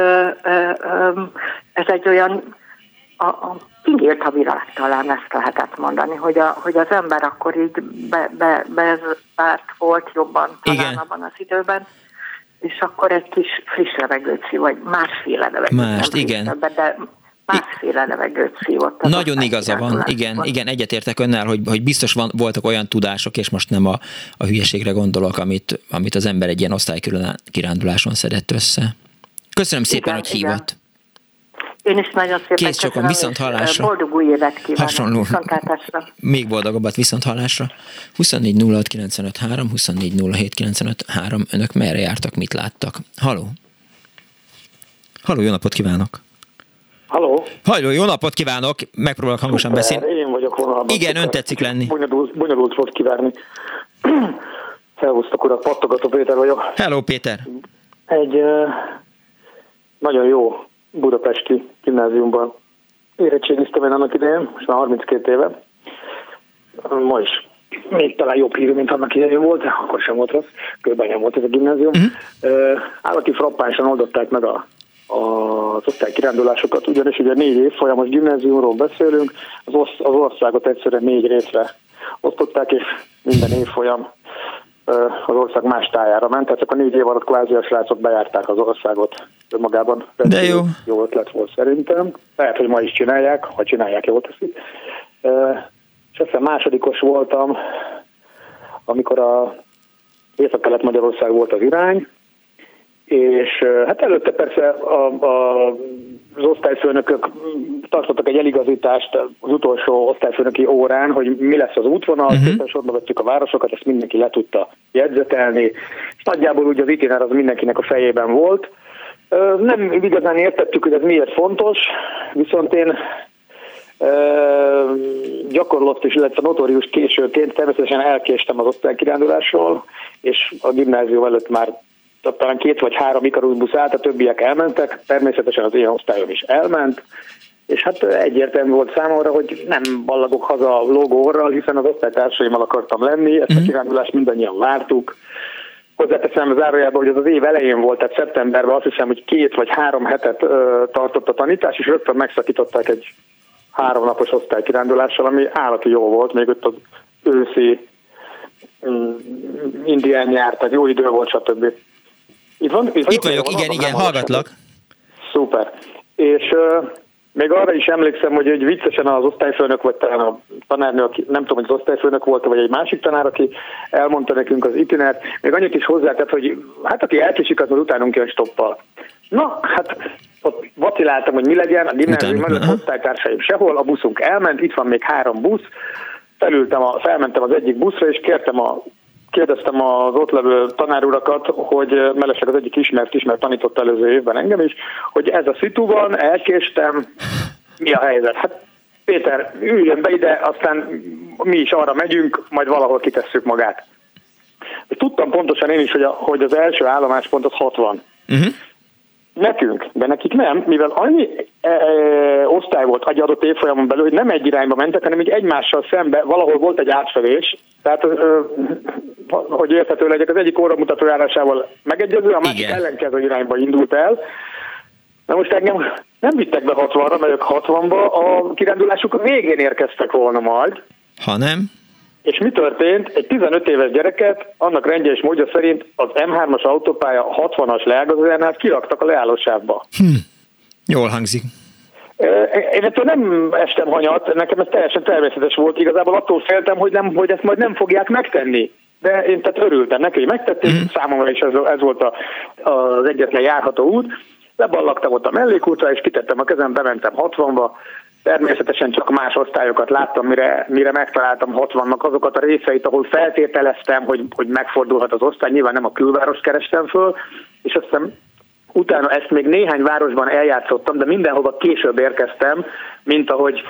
ez egy olyan, kinyílt a világ, talán ezt lehetett mondani, hogy az ember akkor így bezárt volt jobban talán abban az időben, és akkor egy kis friss levegőt szív, vagy másféle levegőt. Igen. De másféle levegőt szívott. Nagyon igaza van, igen, egyetértek önnel, hogy biztos voltak olyan tudások, és most nem a hülyeségre gondolok, amit az ember egy ilyen osztálykiránduláson szedett össze. Köszönöm szépen, hogy hívott. Én is nagyon szépen köszönöm, viszont hallásra. Boldog új évet kívánok. Hasonló. Viszontlátásra. Még boldogabbat, viszont hallásra. 24 06 95 3, 24 07 95 3. Önök merre jártak, mit láttak? Halló, jó napot kívánok! Halló, jó napot kívánok! Megpróbálok hangosan beszélni. Én vagyok vonalban. Igen, ön tetszik lenni. Bonyolult volt kivárni. Szervusztok, urak, Pattogató Péter vagyok. Hello, Péter! nagyon jó budapesti gimnáziumban érettségiztem én annak idején, most már 32 éve. Ma is még talán jobb hírű, mint annak idején volt, akkor sem volt rossz, Kőbányán volt ez a gimnázium. Állati frappánsan oldották meg az osztálykirándulásokat, ugyanis ugye 4 évfolyamos gimnáziumról beszélünk, az országot egyszerűen 4 részre osztották, és minden évfolyam az ország más tájára ment, tehát csak a 4 év alatt kvázi a srácok bejárták az országot önmagában. De jó. Jó ötlet volt szerintem. Lehet, hogy ma is csinálják, ha csinálják, jól teszik. És aztán másodikos voltam, amikor a Észak-Kelet-Magyarország volt az irány, és hát előtte persze az osztályfőnökök tartottak egy eligazítást az utolsó osztályfőnöki órán, hogy mi lesz az útvonal, szépen sorba vettük a városokat, ezt mindenki le tudta jegyzetelni, és nagyjából úgy az itinér az mindenkinek a fejében volt. Nem igazán értettük, hogy ez miért fontos, viszont én gyakorlott is, illetve notórius későként természetesen elkéstem az osztálykirándulásról, és a gimnázium előtt már talán 2 vagy 3 Ikarus busz állt, a többiek elmentek, természetesen az én osztályom is elment, és hát egyértelmű volt számomra, hogy nem ballagok haza lógó orral, hiszen az osztálytársaimmal akartam lenni, ezt a kirándulást mindannyian vártuk. Hozzáteszem zárójában, hogy ez az év elején volt, tehát szeptemberben azt hiszem, hogy 2 vagy 3 hetet tartott a tanítás, és rögtön megszakították egy 3 napos osztálykirándulással, ami állati jó volt, még ott az őszi indián nyár, tehát jó idő volt, stb. Itt vagyok, igen, hallgatlak. Szuper. És még arra is emlékszem, hogy viccesen az osztályfőnök, vagy talán a tanárnő, aki, nem tudom, hogy az osztályfőnök volt, vagy egy másik tanár, aki elmondta nekünk az itinert, még annyit is hozzátett, hogy hát aki elkésik, az utánunk jön stoppal. Na, hát ott vaciláltam, hogy mi legyen, a gimnázium előtt osztálytársaim sehol, a buszunk elment, itt van még 3 busz, felmentem az egyik buszra, és kérdeztem az ott levő tanárurakat, hogy mellesleg az egyik ismert tanított előző évben engem is, hogy ez a szitu van, elkéstem, mi a helyzet? Hát Péter, üljön be ide, aztán mi is arra megyünk, majd valahol kitesszük magát. Tudtam pontosan én is, hogy az első állomáspont az 60. Nekünk, de nekik nem, mivel annyi osztály volt egy adott évfolyamon belül, hogy nem egy irányba mentek, hanem így egymással szembe valahol volt egy átfelés, tehát hogy érthető legyek, az egyik óramutató járásával megegyező, a másik ellenkező irányba indult el. Na most engem nem vittek be 60-ra, mert ők 60-ba, a kirándulásuk végén érkeztek volna majd. Ha nem? És mi történt? Egy 15 éves gyereket annak rendje és módja szerint az M3-as autópálya 60-as leágazójánál kiraktak a leállósávba. Jól hangzik. Én ettől nem estem hanyat, nekem ez teljesen természetes volt. Igazából attól féltem, hogy ezt majd nem fogják megtenni. De én tehát örültem neki, hogy megtették, számomra is ez volt az egyetlen járható út. Leballagtam ott a mellékútra, és kitettem a kezem, bementem 60-ba. Természetesen csak más osztályokat láttam, mire megtaláltam 60-nak azokat a részeit, ahol feltételeztem, hogy megfordulhat az osztály. Nyilván nem a külvárost kerestem föl, és aztán utána ezt még néhány városban eljátszottam, de mindenhova később érkeztem, mint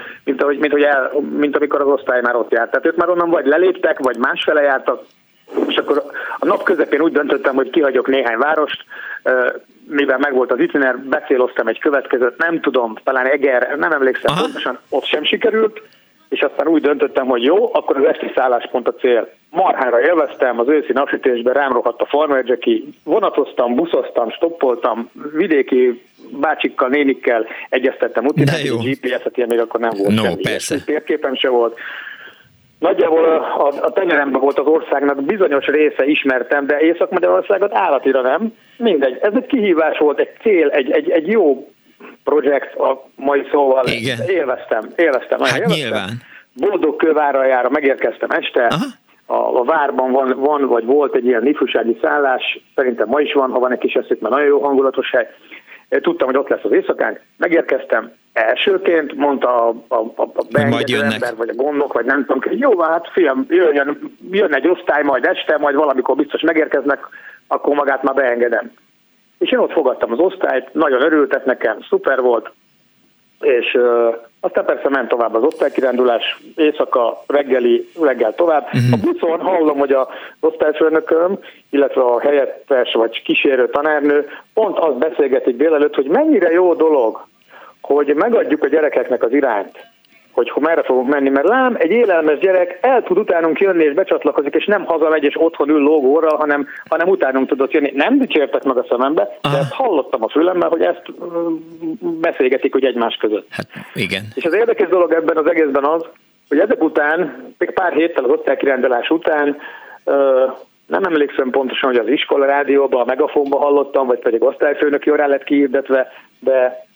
amikor az osztály már ott járt. Tehát ők már onnan vagy leléptek, vagy másfele jártak, és akkor a nap közepén úgy döntöttem, hogy kihagyok néhány várost, mivel megvolt az itinér, becéloztam egy következőt, nem tudom, talán Eger, nem emlékszem pontosan, ott sem sikerült, és aztán úgy döntöttem, hogy jó, akkor az esti szálláspont a cél. Marhára élveztem, az őszi napsütésben rám rohadt a farmerdzseki, vonatoztam, buszoztam, stoppoltam, vidéki bácsikkal, nénikkel egyeztettem utána, GPS-et ilyen még akkor nem volt semmi. Persze. Térképem se volt. Nagyjából a tenyeremben volt az országnak bizonyos része ismertem, de Észak-Magyarországot állatira nem. Mindegy, ez egy kihívás volt, egy cél, egy jó projekt a mai szóval. Igen. Élveztem. Hát nyilván. Boldog Kőváraljára megérkeztem este. A várban van vagy volt egy ilyen ifjúsági szállás, szerintem ma is van, ha van egy kis eszük, mert nagyon jó hangulatos hely. Tudtam, hogy ott lesz az éjszakánk, megérkeztem, elsőként mondta a beengedő ember, vagy a gondok, vagy nem tudom, hogy jó, hát fiam, jön egy osztály majd este, majd valamikor biztos megérkeznek, akkor magát már beengedem. És én ott fogadtam az osztályt, nagyon örültek nekem, szuper volt, és aztán persze ment tovább az osztálykirándulás, éjszaka, reggel tovább. A buszon hallom, hogy az osztályfőnököm, illetve a helyettes vagy kísérő tanárnő pont azt beszélgetik délelőtt, hogy mennyire jó dolog, hogy megadjuk a gyerekeknek az irányt, hogy merre fogunk menni, mert lám, egy élelmes gyerek el tud utánunk jönni és becsatlakozik, és nem hazamegy és otthon ül lógóra, hanem utánunk tudott jönni. Nem dicsértek meg a szemembe, de ezt hallottam a fülemmel, hogy ezt beszélgetik, hogy egymás között. Hát igen. És az érdekes dolog ebben az egészben az, hogy ezek után, még pár héttel az osztálykirándulás után, nem emlékszem pontosan, hogy az iskola rádióban, a Megafonban hallottam, vagy pedig osztályfőnöki órán lett kihirdetve, de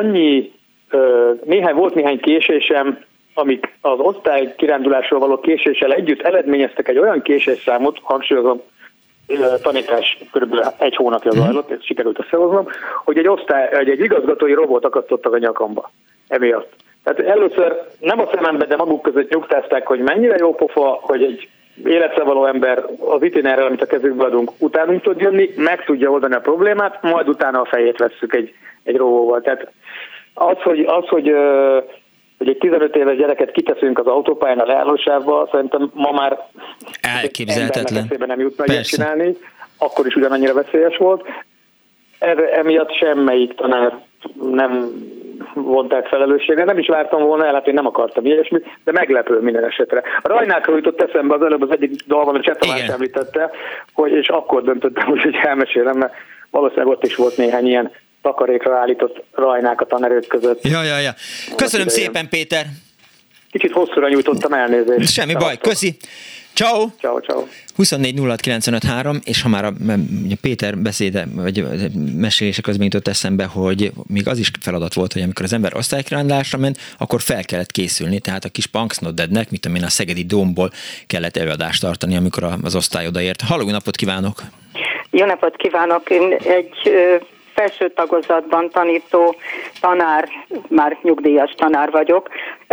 volt néhány késésem, amik az osztálykirándulásról való késéssel együtt eredményeztek egy olyan késésszámot, hangsúlyozom, tanítás kb. 1 hónapja zajlott, ezt sikerült összehoznom, hogy egy igazgatói robot akasztottak a nyakamba emiatt. Tehát először nem a szemembe, de maguk között nyugtázták, hogy mennyire jó pofa, hogy egy életre való ember az itinerrel, amit a kezükbe adunk, utánunk tud jönni, meg tudja oldani a problémát, majd utána a fejét vesszük egy rovóval. Tehát hogy egy 15 éves gyereket kiteszünk az autópályán a leállósávba, szerintem ma már elképzelhetetlen. Nem jutna ilyet csinálni, akkor is ugyanannyira veszélyes volt. Emiatt semmelyik tanár nem vonták felelősségre, nem is vártam volna el, hát én nem akartam ilyesmit, de meglepő minden esetre. A Rajnákról jutott eszembe az előbb az egyik dalban, a Csetamás említette, és akkor döntöttem úgy, hogy elmesélem, mert valószínűleg ott is volt néhány ilyen takarékra állított Rajnák a tanerők között. Ja. Köszönöm szépen, Péter! Kicsit hosszúra nyújtottam, elnézést. Semmi baj, köszi! Ciao. 24 06 95 3, és ha már a Péter beszéde, vagy mesélése közben jutott eszembe, hogy még az is feladat volt, hogy amikor az ember osztálykirándulásra ment, akkor fel kellett készülni, tehát a kis Punks Not Deadnek, mit tudom én, a Szegedi Dómból kellett előadást tartani, amikor az osztály odaért. Halló, napot kívánok! Jó napot kívánok! Én egy felső tagozatban tanító tanár, már nyugdíjas tanár vagyok.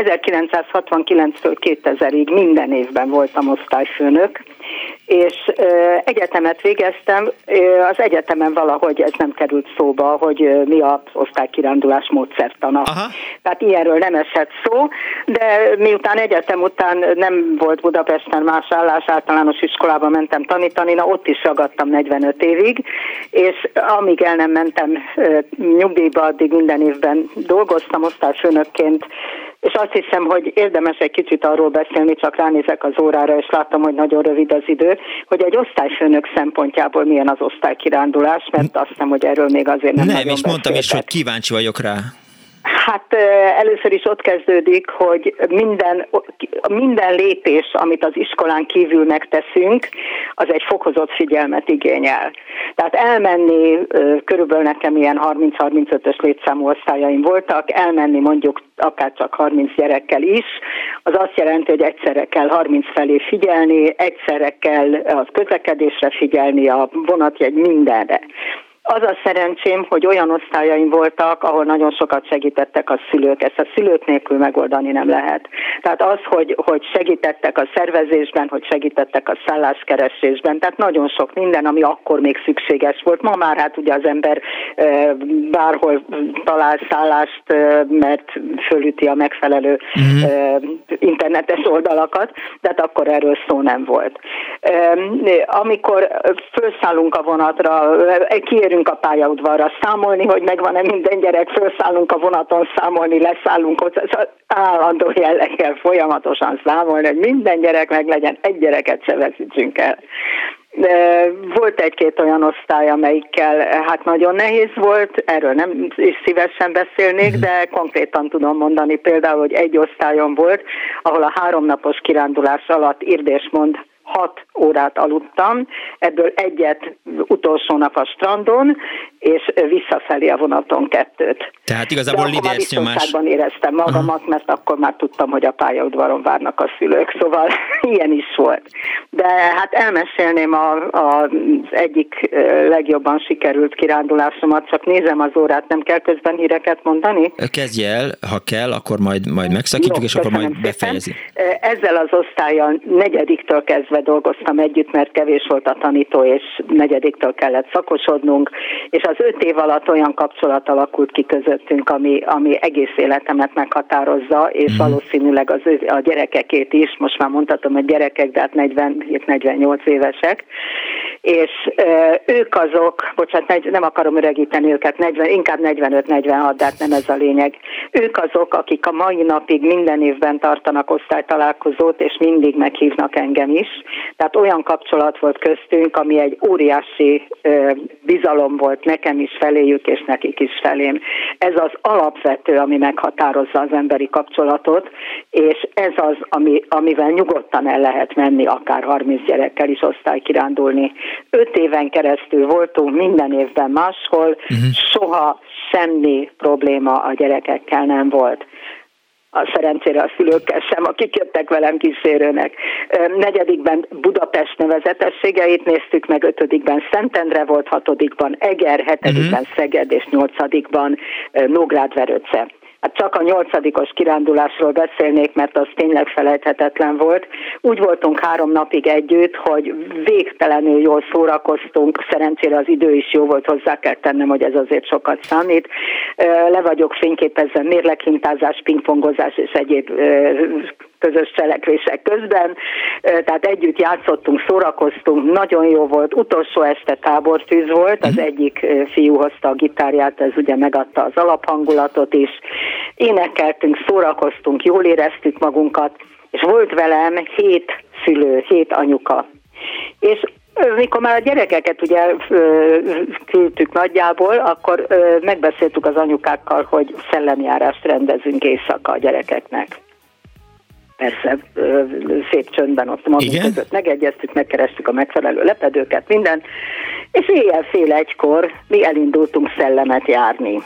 1969-től 2000-ig minden évben voltam osztályfőnök, és egyetemet végeztem. Az egyetemen valahogy ez nem került szóba, hogy mi az osztálykirándulás módszertana. Aha. Tehát ilyenről nem esett szó, de miután egyetem után nem volt Budapesten más állás, általános iskolába mentem tanítani, ott is ragadtam 45 évig, és amíg el nem mentem nyugdíjba, addig minden évben dolgoztam osztályfőnökként, és azt hiszem, hogy érdemes egy kicsit arról beszélni, csak ránézek az órára, és látom, hogy nagyon rövid az idő, hogy egy osztályfőnök szempontjából milyen az osztálykirándulás, mert azt hiszem, hogy erről még azért nem nagyon és mondtam is, hogy kíváncsi vagyok rá. Hát először is ott kezdődik, hogy minden lépés, amit az iskolán kívül megteszünk, az egy fokozott figyelmet igényel. Tehát elmenni, körülbelül nekem ilyen 30-35-ös létszámú osztályaim voltak, elmenni mondjuk akár csak 30 gyerekkel is, az azt jelenti, hogy egyszerre kell 30 felé figyelni, egyszerre kell a közlekedésre figyelni, a vonatjegy, mindenre. Az a szerencsém, hogy olyan osztályaim voltak, ahol nagyon sokat segítettek a szülők. Ezt a szülők nélkül megoldani nem lehet. Tehát az, hogy segítettek a szervezésben, hogy segítettek a szálláskeresésben, tehát nagyon sok minden, ami akkor még szükséges volt. Ma már hát ugye az ember bárhol talál szállást, mert fölüti a megfelelő internetes oldalakat, de hát akkor erről szó nem volt. Amikor felszállunk a vonatra, kiérünk a pályaudvarra számolni, hogy megvan-e minden gyerek, felszállunk a vonaton számolni, leszállunk ott, állandó jelleggel folyamatosan számolni, hogy minden gyerek meglegyen, egy gyereket se veszítsünk el. Volt egy-két olyan osztály, amelyikkel hát nagyon nehéz volt, erről nem is szívesen beszélnék, de konkrétan tudom mondani például, hogy egy osztályon volt, ahol a 3 napos kirándulás alatt írd és mond 6 órát aludtam, ebből egyet utolsó nap a strandon, és visszafelé a vonaton 2. Tehát igazából lidérc nyomás. Biztonságban éreztem magamat, mert akkor már tudtam, hogy a pályaudvaron várnak a szülők, szóval ilyen is volt. De hát elmesélném az egyik legjobban sikerült kirándulásomat, csak nézem az órát, nem kell közben híreket mondani? Kezdj el, ha kell, akkor majd megszakítjuk, és akkor majd befejezi. Ezzel az osztállyal 4-től kezdve évben dolgoztam együtt, mert kevés volt a tanító, és 4-től kellett szakosodnunk, és az 5 év alatt olyan kapcsolat alakult ki közöttünk, ami egész életemet meghatározza, és valószínűleg a gyerekekét is, most már mondhatom, hogy gyerekek, de hát 47-48 évesek, és ők azok, bocsánat, nem akarom öregíteni őket, inkább 45-46, de hát nem ez a lényeg. Ők azok, akik a mai napig minden évben tartanak osztálytalálkozót, és mindig meghívnak engem is. Tehát olyan kapcsolat volt köztünk, ami egy óriási bizalom volt nekem is feléjük, és nekik is felém. Ez az alapvető, ami meghatározza az emberi kapcsolatot, és ez az, amivel nyugodtan el lehet menni, akár 30 gyerekkel is osztálykirándulni. 5 éven keresztül voltunk, minden évben máshol, soha semmi probléma a gyerekekkel nem volt. Szerencsére a szülőkkel sem, akik jöttek velem kísérőnek. 4. Budapest nevezetességeit néztük meg, 5. Szentendre volt, 6. Eger, 7. Szeged és 8. Nógrád-Verőce. Hát csak a 8. kirándulásról beszélnék, mert az tényleg felejthetetlen volt. Úgy voltunk 3 napig együtt, hogy végtelenül jól szórakoztunk, szerencsére az idő is jó volt, hozzá kell tennem, hogy ez azért sokat számít. Le vagyok fényképezve, mérleghintázás, pingpongozás és egyéb közös cselekvések közben, tehát együtt játszottunk, szórakoztunk, nagyon jó volt, utolsó este tábortűz volt, az egyik fiú hozta a gitárját, ez ugye megadta az alaphangulatot is, énekeltünk, szórakoztunk, jól éreztük magunkat, és volt velem 7 szülő, 7 anyuka. És mikor már a gyerekeket ugye küldtük nagyjából, akkor megbeszéltük az anyukákkal, hogy szellemjárást rendezünk éjszaka a gyerekeknek. Persze, szép csöndben ott magunk között megegyeztük, megkerestük a megfelelő lepedőket, minden, és éjjel fél 1-kor mi elindultunk szellemet járni.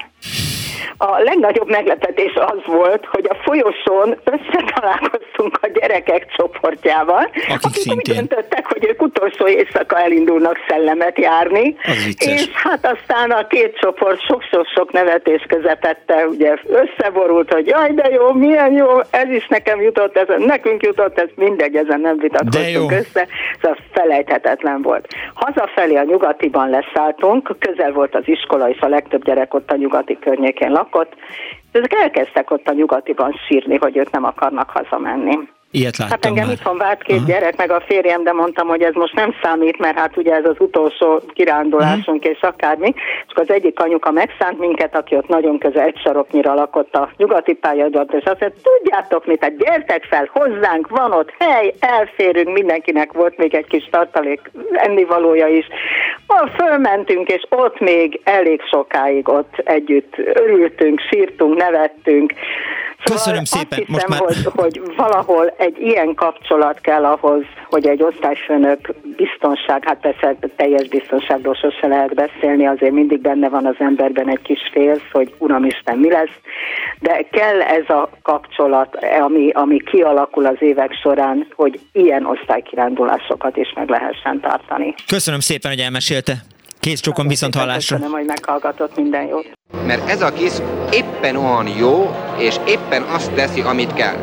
A legnagyobb meglepetés az volt, hogy a folyosón összetalálkoztunk a gyerekek csoportjával, akik úgy döntöttek, hogy ők utolsó éjszaka elindulnak szellemet járni, és hát aztán a 2 csoport sok-sok nevetés közepette ugye összeborult, hogy jaj, de jó, milyen jó, ez is nekem jutott, ez nekünk jutott, ez mindegy, ezen nem vitatkoztunk össze, ez felejthetetlen volt. Hazafelé a Nyugatiban leszálltunk, közel volt az iskola, és a legtöbb gyerek ott a Nyugati környékén lakott, ezek elkezdtek ott a Nyugatiban sírni, hogy ők nem akarnak hazamenni. Ilyet láttam hát engem már. itthon várt 2 gyerek, meg a férjem, de mondtam, hogy ez most nem számít, mert hát ugye ez az utolsó kirándulásunk és akármi. És az egyik anyuka megszánt minket, aki ott nagyon közel 1 saroknyira lakott a Nyugati pályaudvaron, és azt mondta, tudjátok mit, hát gyertek fel hozzánk, van ott hely, elférünk, mindenkinek volt még egy kis tartalék ennivalója is. Fölmentünk, és ott még elég sokáig ott együtt örültünk, sírtunk, nevettünk. Köszönöm szépen. Azt hiszem, hogy valahol egy ilyen kapcsolat kell ahhoz, hogy egy osztályfőnök biztonság, hát persze teljes biztonságról sose lehet beszélni, azért mindig benne van az emberben egy kis félsz, hogy Uramisten, mi lesz, de kell ez a kapcsolat, ami kialakul az évek során, hogy ilyen osztálykirándulásokat is meg lehessen tartani. Köszönöm szépen, hogy elmesélte. Kész csókom, viszont hallásra. Köszönöm, hogy meghallgatott, minden jót. Mert ez a kis éppen olyan jó, és éppen azt teszi, amit kell.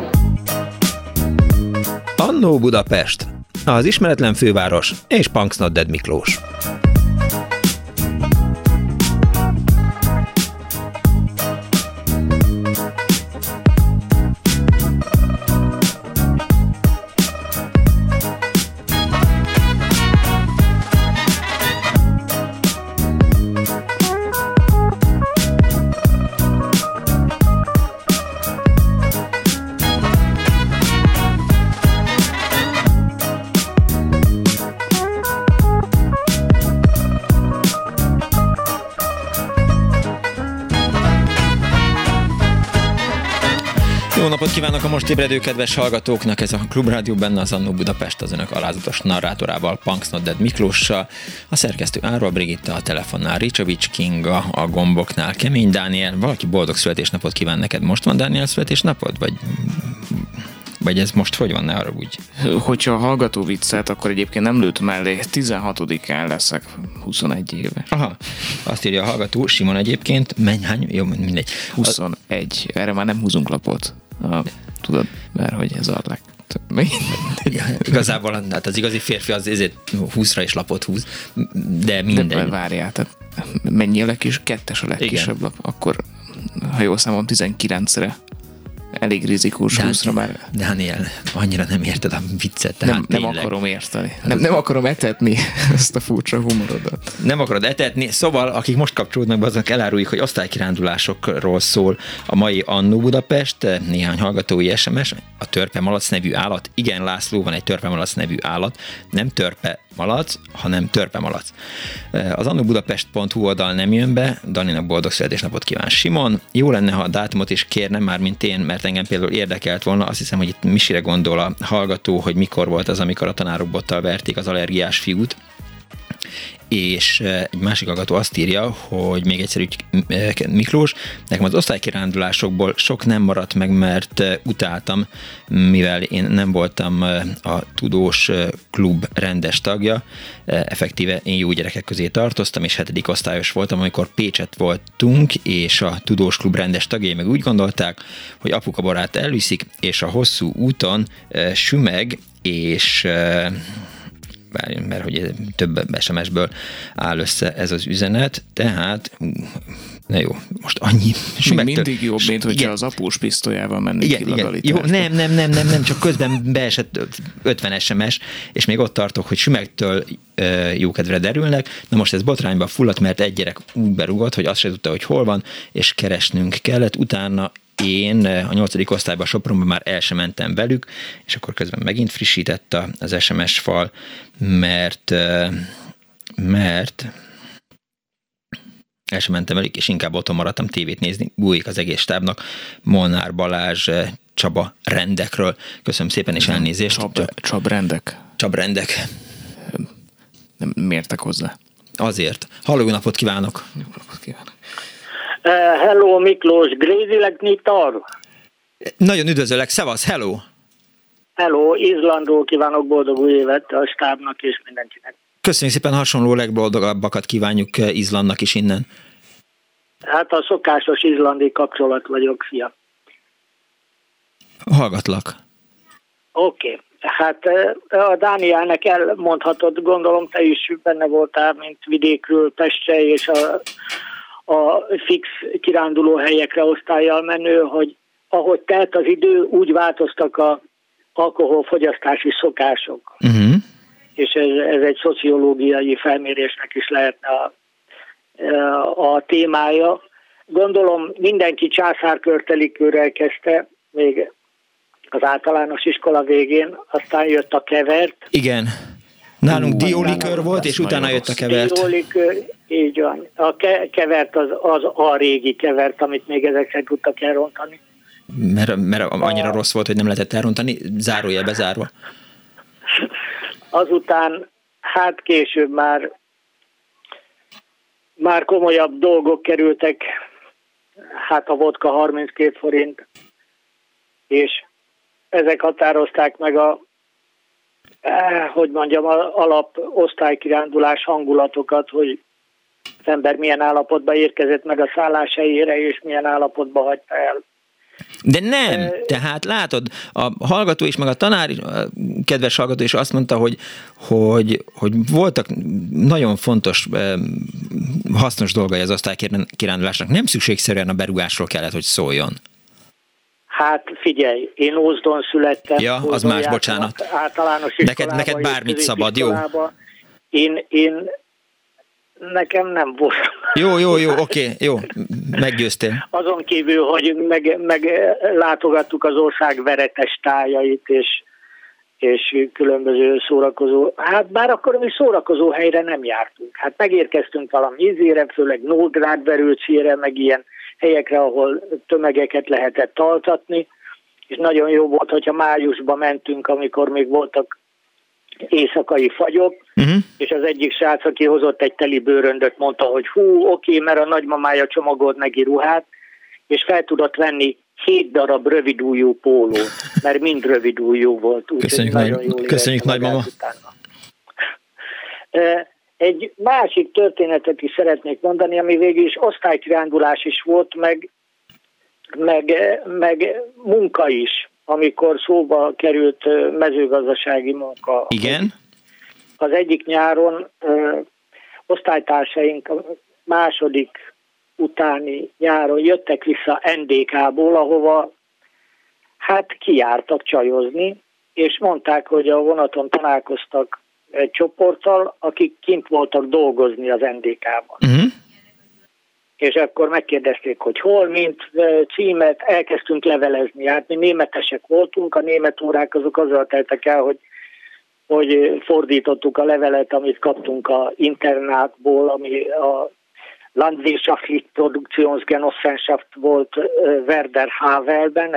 Annó Budapest, az ismeretlen főváros és Punks Not Dead Miklós. Jó napot kívánok a most ébredő kedves hallgatóknak! Ez a Klubrádió, benne az Annó Budapest, az önök alázatos narrátorával, Punks Not Dead Miklóssal, a szerkesztő Árva Brigitta, a telefonnál Ricsovics Kinga, a gomboknál Kemény Dániel. Valaki boldog születésnapot kíván neked. Most van, Dániel, születésnapod? Vagy ez most hogy van, ne arra úgy? Hogyha a hallgató viccelt, akkor egyébként nem lőtt mellé. 16-án leszek 21 éves. Aha, azt írja a hallgató, Simon egyébként. Hány? Jó, mindegy. 21. Erre már nem húzunk lapot. Tudod, mert hogy ez a Igazából hát az igazi férfi az ezért 20-ra is lapot húz, de mindegy. De várjál, tehát mennyi a legkis? 2-es a legkisebb lap, akkor ha jól számom 19-re. Elég rizikós 20-ra már. Daniel, annyira nem érted a viccet. Nem akarom érteni. Nem akarom etetni ezt a furcsa humorodat. Nem akarod etetni. Szóval, akik most kapcsolódnak be, azok eláruljuk, hogy osztálykirándulásokról szól a mai Annó Budapest, néhány hallgatói SMS, a törpemalac nevű állat. Igen, László, van egy törpemalac nevű állat. Nem törpemalac, hanem törpemalac. Az annobudapest.hu oldal nem jön be, Daninak boldog születésnapot kíván Simon. Jó lenne, ha a dátumot is kérnem, már mint én, mert engem például érdekelt volna. Azt hiszem, hogy itt Misire gondol a hallgató, hogy mikor volt az, amikor a tanárok bottal verték az allergiás fiút. És egy másik hallgató azt írja, hogy még egyszerű Miklós, nekem az osztálykirándulásokból sok nem maradt meg, mert utáltam, mivel én nem voltam a tudós klub rendes tagja, effektíve én jó gyerekek közé tartoztam, és 7. osztályos voltam, amikor Pécset voltunk, és a tudós klub rendes tagjai meg úgy gondolták, hogy apuka barát elviszik, és a hosszú úton sümeg, és mert hogy több SMS-ből áll össze ez az üzenet, tehát na jó, most annyi. Mindig jobb, mint hogyha az após pisztolyával mennék ki legalitásba. Nem, csak közben beesett 50 SMS, és még ott tartok, hogy sümegtől jókedvre derülnek. Na most ez botrányba fulladt, mert egy gyerek úgy berugott, hogy azt se tudta, hogy hol van, és keresnünk kellett. Utána én a 8. osztályban Sopronban már el sem mentem velük, és akkor közben megint frissített az SMS fal, mert el sem mentem velük, és inkább otthon maradtam tévét nézni. Bújik az egész stábnak. Molnár Balázs Csaba rendekről. Köszönöm szépen, és elnézést. Csabrendek. Nem mértek hozzá. Azért. Halló, jó napot kívánok! Jó napot kívánok! Hello, Miklós, grézilek nyitar? Nagyon üdvözöllek, szevasz, hello! Hello, Izlandról kívánok boldog új évet a stábnak és mindenkinek. Köszönjük szépen, hasonló legboldogabbakat kívánjuk Izlandnak is innen. Hát a szokásos izlandi kapcsolat vagyok, fia. Hallgatlak. Oké. Hát a Dánielnek elmondhatod, gondolom te is benne voltál, mint vidékről Pestre és a fix kiránduló helyekre osztállyal menő, hogy ahogy telt az idő, úgy változtak az alkoholfogyasztási szokások. Uh-huh. És ez egy szociológiai felmérésnek is lehetne a témája. Gondolom mindenki császárkörtelikőrrel kezdte, még az általános iskola végén, aztán jött a kevert. Igen. Nálunk diólikör volt, és utána jött a kevert. Diólikör, így van. A kevert az a régi kevert, amit még ezek sem tudtak elrontani. Mert annyira rossz volt, hogy nem lehetett elrontani, zárójel bezárva. Azután, hát később már komolyabb dolgok kerültek, hát a vodka 32 forint, és ezek határozták meg alap osztálykirándulás hangulatokat, hogy az ember milyen állapotba érkezett meg a szálláshelyére, és milyen állapotba hagyta el. De nem, tehát látod, a hallgató is, meg a tanár is, a kedves hallgató is azt mondta, hogy voltak nagyon fontos, hasznos dolgai az osztálykirándulásnak. Nem szükségszerűen a berugásról kellett, hogy szóljon. Hát figyelj, én Ózdon születtem. Ja, az más, bocsánat. Általános iskolába. Neked bármit szabad, jó? Nekem nem volt. Jó, oké, jó, meggyőztél. Azon kívül, hogy meglátogattuk az ország veretes tájait, és különböző szórakozó, hát bár akkor mi szórakozó helyre nem jártunk. Hát megérkeztünk valami ízére, főleg Nógrád-Verőcére, meg ilyen helyekre, ahol tömegeket lehetett altatni, és nagyon jó volt, hogyha májusban mentünk, amikor még voltak éjszakai fagyok, és az egyik srác, aki hozott egy teli bőröndöt, mondta, hogy oké, mert a nagymamája csomagolt neki ruhát, és fel tudott venni 7 darab rövidújú pólót, mert mind rövidújú volt. Köszönjük nagymama. Egy másik történetet is szeretnék mondani, ami végül is osztálykirándulás is volt, meg munka is amikor szóba került mezőgazdasági munka. Igen. Az egyik nyáron osztálytársaink a második utáni nyáron jöttek vissza NDK-ból, ahova hát kijártak csajozni, és mondták, hogy a vonaton találkoztak egy csoporttal, akik kint voltak dolgozni az NDK-ban. Uh-huh. És akkor megkérdezték, hogy hol, mint címet, elkezdtünk levelezni. Hát mi németesek voltunk, a német órák azok azzal teltek el, hogy fordítottuk a levelet, amit kaptunk a internátból, ami a Landwirtschaftliche Produktionsgenossenschaft volt Werder Havelben,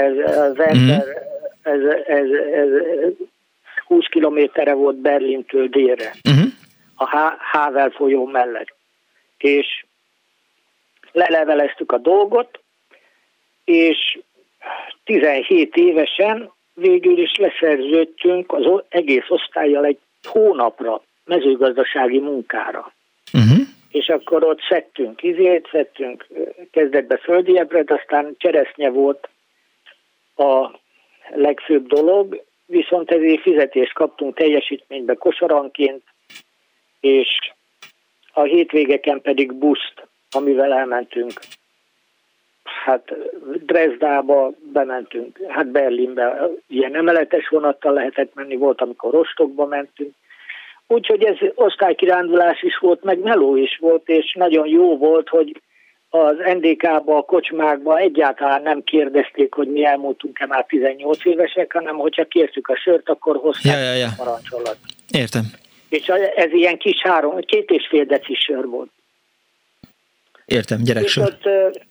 ez 20 kilométerre volt Berlintől délre, a Havel folyó mellett. És leleveleztük a dolgot, és 17 évesen végül is leszerződtünk az egész osztállyal egy hónapra mezőgazdasági munkára. És akkor ott szedtünk kezdetben földi ebret, aztán cseresznye volt a legfőbb dolog, viszont ezért fizetést kaptunk teljesítménybe kosaranként, és a hétvégeken pedig buszt, amivel elmentünk. Hát Dresdába bementünk, hát Berlinbe ilyen emeletes vonattal lehetett menni, volt, amikor Rostokba mentünk. Úgyhogy ez osztálykirándulás is volt, meg meló is volt, és nagyon jó volt, hogy az NDK-ba, a kocsmákba egyáltalán nem kérdezték, hogy mi elmúltunk-e már 18 évesek, hanem hogyha kértük a sört, akkor hozták a parancsolat. Értem. És ez ilyen kis 2,5 deci sör volt. Értem, gyereksör. Ott,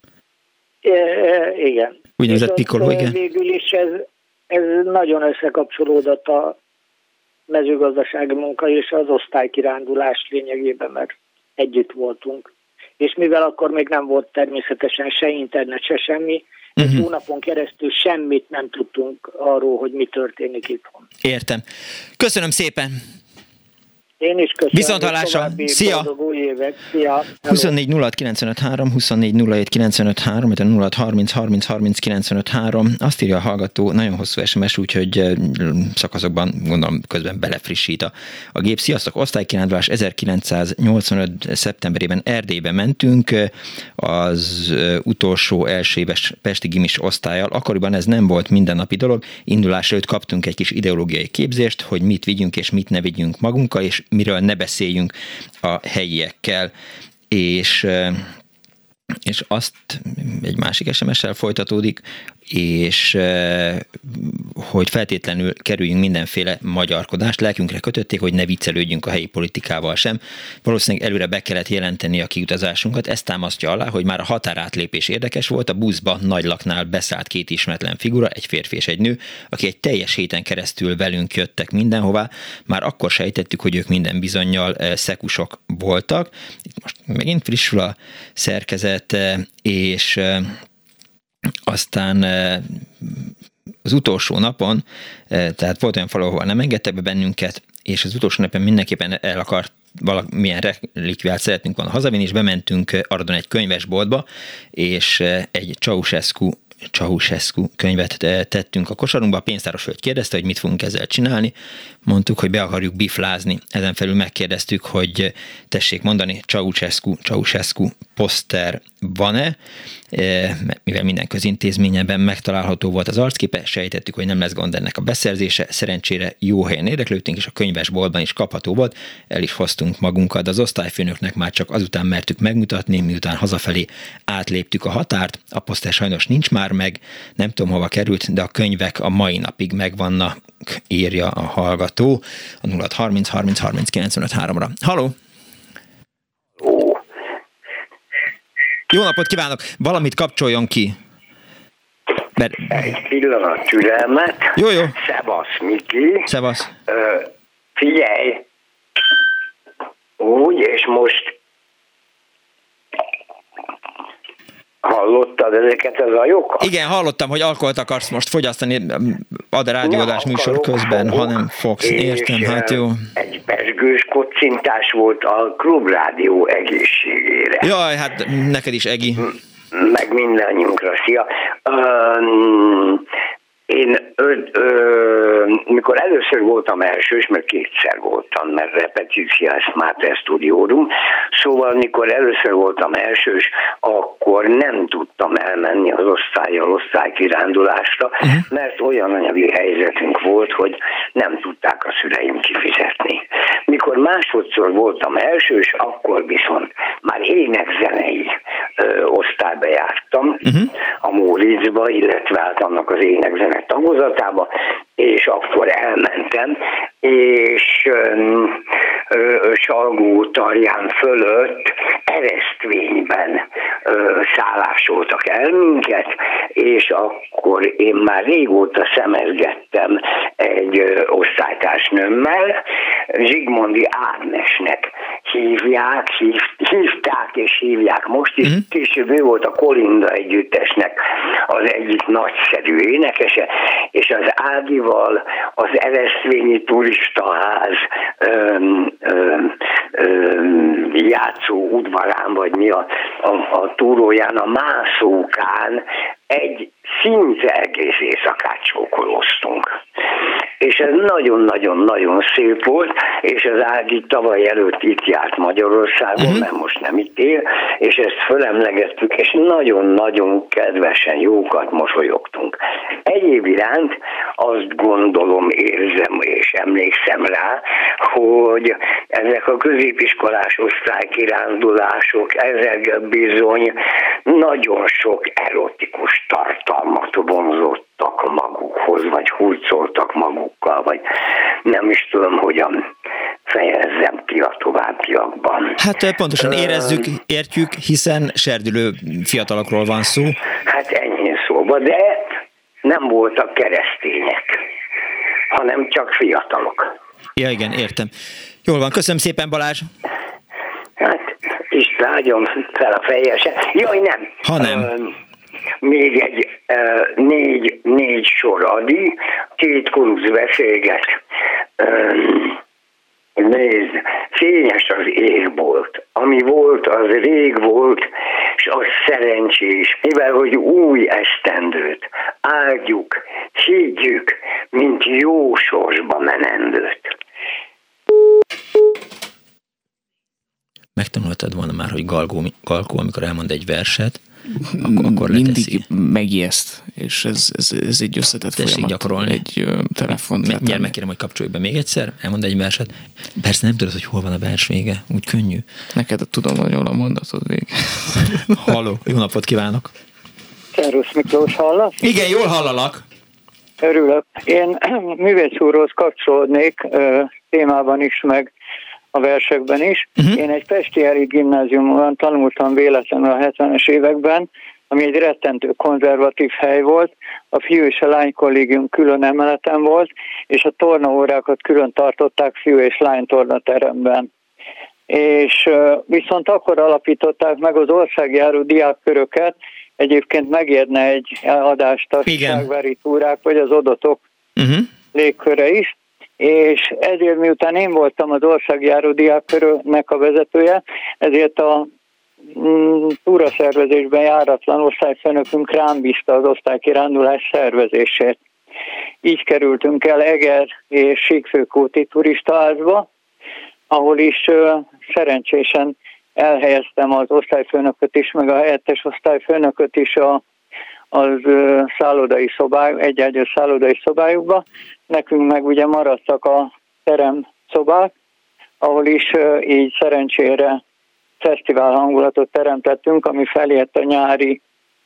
igen. Úgynevezett pikoló, igen. Végül is ez nagyon összekapcsolódott a mezőgazdasági munka és az osztálykirándulás lényegében, mert együtt voltunk. És mivel akkor még nem volt természetesen se internet, se semmi, egy hónapon keresztül semmit nem tudtunk arról, hogy mi történik itthon. Értem. Köszönöm szépen! Én is köszönöm. Viszonthallásra. Szia! Szia! 24 06 953, 24 07 953, 06 30 30 30 953. Azt írja a hallgató, nagyon hosszú SMS, úgyhogy szakaszokban gondolom közben belefrissít a gép. Sziasztok! Osztálykirándulás 1985. szeptemberében Erdélybe mentünk az utolsó első éves pesti gimis osztállyal. Akkoriban ez nem volt mindennapi dolog. Indulás előtt kaptunk egy kis ideológiai képzést, hogy mit vigyünk és mit ne vigyünk magunkkal, és miről ne beszéljünk a helyiekkel, és azt egy másik SMS-sel folytatódik, és hogy feltétlenül kerüljünk mindenféle magyarkodást, lelkünkre kötötték, hogy ne viccelődjünk a helyi politikával sem. Valószínűleg előre be kellett jelenteni a kiutazásunkat, ezt támasztja alá, hogy már a határátlépés érdekes volt, a buszba Nagylaknál beszállt 2 ismeretlen figura, egy férfi és egy nő, aki egy teljes héten keresztül velünk jöttek mindenhová, már akkor sejtettük, hogy ők minden bizonnyal szekusok voltak. Itt most megint frissül a szerkezet, és aztán az utolsó napon, tehát volt olyan falu, ahol nem engedtek be bennünket, és az utolsó napon mindenképpen el akart valamilyen relikviát szeretnünk volna hazavinni, és bementünk Aradon egy könyvesboltba, és egy Ceausescu könyvet tettünk a kosarunkba. A pénztáros hölgy kérdezte, hogy mit fogunk ezzel csinálni. Mondtuk, hogy be akarjuk biflázni. Ezen felül megkérdeztük, hogy tessék mondani, Ceausescu poszter van-e, mivel minden közintézményben megtalálható volt az arcképe, sejtettük, hogy nem lesz gond ennek a beszerzése. Szerencsére jó helyen érdeklődtünk, és a könyvesboltban is kapható volt. El is hoztunk magunkat. Az osztályfőnöknek már csak azután mertük megmutatni, miután hazafelé átléptük a határt. A poszter sajnos nincs már meg, nem tudom hova került, de a könyvek a mai napig megvannak, írja a hallgató a 06 30 30 30 953-ra. Halló! Jó napot kívánok! Valamit kapcsoljon ki. Egy pillanat türelmet. Jó. Szevasz, Miki. Szevasz. Figyelj! Úgy, és most hallottad ezeket a zajokat? Igen, hallottam, hogy alkoholt akarsz most fogyasztani a rádióadás műsor közben, ha nem fogsz. Értem, hát jó. Egy pezsgős kocintás volt a Klubrádió egészségére. Jaj, hát neked is, Egi. Meg mindannyiunkra, szia. mikor először voltam elsős, mert kétszer voltam, mert repetíciás Máter Studiórum, szóval mikor először voltam elsős, akkor nem tudtam elmenni az osztálykirándulásra, mert olyan anyagi helyzetünk volt, hogy nem tudták a szüleim kifizetni. Mikor másodszor voltam elsős, akkor viszont már énekzenei osztályba jártam, a Móriczba, illetve hát annak az énekzene tagozatába, és akkor elmentem, és Salgó-Tarján fölött Eresztvényben szállásoltak el minket, és akkor én már régóta szemezgettem egy osztálytársnőmmel, Zsigmondi Ágnesnek hívták és hívják most is, később ő volt a Kolinda együttesnek az egyik nagyszerű énekese, és az Ágival az Eresztvényi Turistaház játszó udvarán, vagy mi a túróján, a Mászókán egy szinte egész éjszakát csókolóztunk. És ez nagyon-nagyon-nagyon szép volt, és az Ági tavaly előtt itt járt Magyarországon, mert most nem itt él, és ezt fölemlegettük, és nagyon-nagyon kedvesen jókat mosolyogtunk. Egyéb iránt azt gondolom, érzem és emlékszem rá, hogy ezek a középiskolás osztálykirándulások, ezek bizony nagyon sok erotikus tartalmat vonzottak magukhoz, vagy hurcoltak magukkal, vagy nem is tudom, hogyan fejezzem ki a továbbiakban. Hát pontosan érezzük, értjük, hiszen serdülő fiatalokról van szó. Hát ennyi szóba, de nem voltak keresztények, hanem csak fiatalok. Ja, igen, értem. Jól van, köszönöm szépen, Balázs. Hát, István, áldjon fel a fejjel. Jaj, nem. Ha nem. Még egy négy sor Adi, 2 kuruc beszélget. Nézd, fényes az égbolt. Ami volt, az rég volt, és az szerencsés, mivel hogy új esztendőt áldjuk, higgyük, mint jó sorsba menendőt. Megtanultad volna már, hogy Galgó, amikor elmond egy verset, akkor mindig megijeszt, és ez egy összetett folyamat. Gyakorolni. Egy telefon. Megkérem, hogy kapcsolj be még egyszer, elmond egy verset. Persze nem tudod, hogy hol van a vers vége, úgy könnyű. Neked tudom nagyon a mondatod vége. Halló, jó napot kívánok! Szervusz Miklós, hallasz? Igen, jól hallalak. Örülök. Én művész úrhoz kapcsolódnék témában is, meg a versekben is. Én egy pesti gimnáziumban tanultam véletlenül a 70-es években, ami egy rettentő konzervatív hely volt. A fiú és a lány kollégium külön emeleten volt, és a tornaórákat külön tartották fiú és lány tornateremben. És viszont akkor alapították meg az országjáró diákköröket, egyébként megérne egy adást a Ságvári túrák, vagy az odatok légköre is, és ezért miután én voltam az országjáró diákkörnek a vezetője, ezért a túraszervezésben járatlan osztályfőnökünk rám bízta az osztálykirándulás szervezését. Így kerültünk el Eger és Síkfőkúti turistaházba, ahol is szerencsésen elhelyeztem az osztályfőnököt is, meg a helyettes osztályfőnököt is az szállodai szobájuk, egy szállodai szobájukba. Nekünk meg ugye maradtak a teremszobák, ahol is így szerencsére fesztivál hangulatot teremtettünk, ami felért a nyári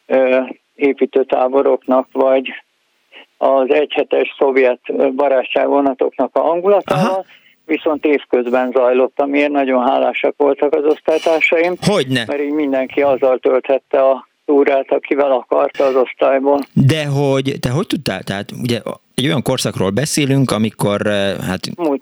építőtáboroknak, vagy az egyhetes szovjet barátságvonatoknak a hangulatával. Viszont évközben zajlott, amiért nagyon hálásak voltak az osztálytársaim. Hogyne? Mert így mindenki azzal tölthette a túrát, akivel akarta az osztályból. De te hogy tudtál? Tehát ugye egy olyan korszakról beszélünk, amikor múlt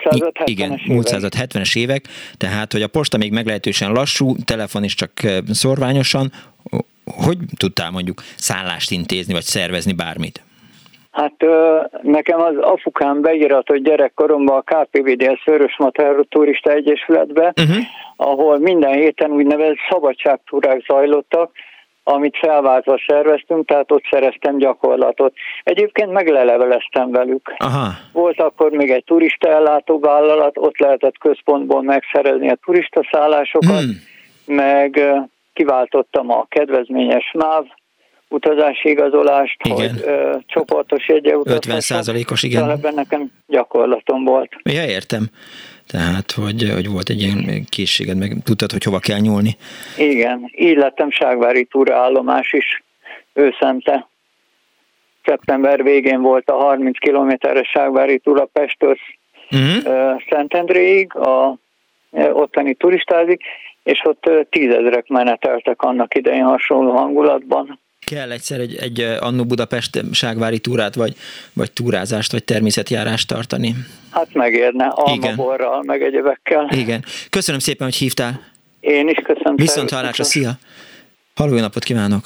170-es évek, tehát hogy a posta még meglehetősen lassú, telefon is csak szorványosan. Hogy tudtál mondjuk szállást intézni, vagy szervezni bármit? Hát nekem az apukám beíratott gyerekkoromban a KPVDS Vörösmarty Turista Egyesületbe, ahol minden héten úgynevezett szabadságtúrák zajlottak, amit felváltva szerveztünk, tehát ott szereztem gyakorlatot. Egyébként megleleveleztem velük. Aha. Volt akkor még egy turista ellátóvállalat, ott lehetett központból megszerezni a turistaszállásokat, meg kiváltottam a kedvezményes MÁV utazási igazolást, igen. hogy csoportos jegyeutat 50%-os, igen. Ebben nekem gyakorlatom volt. Ja, értem. Tehát, hogy volt egy ilyen készséged, meg tudtad, hogy hova kell nyúlni. Igen, így lettem ságvári túraállomás is őszente. Szeptember végén volt a 30 kilométeres ságvári túra Pesttől Szentendréig, a ottani turistázik, és ott 10 000-ek meneteltek annak idején hasonló hangulatban. Kell egyszer egy Annó Budapest ságvári túrát, vagy túrázást, vagy természetjárást tartani? Hát megérne, almaborral, meg egyebekkel. Igen. Köszönöm szépen, hogy hívtál. Én is köszönöm. Viszont hallásra, szia! Halló, jó napot kívánok!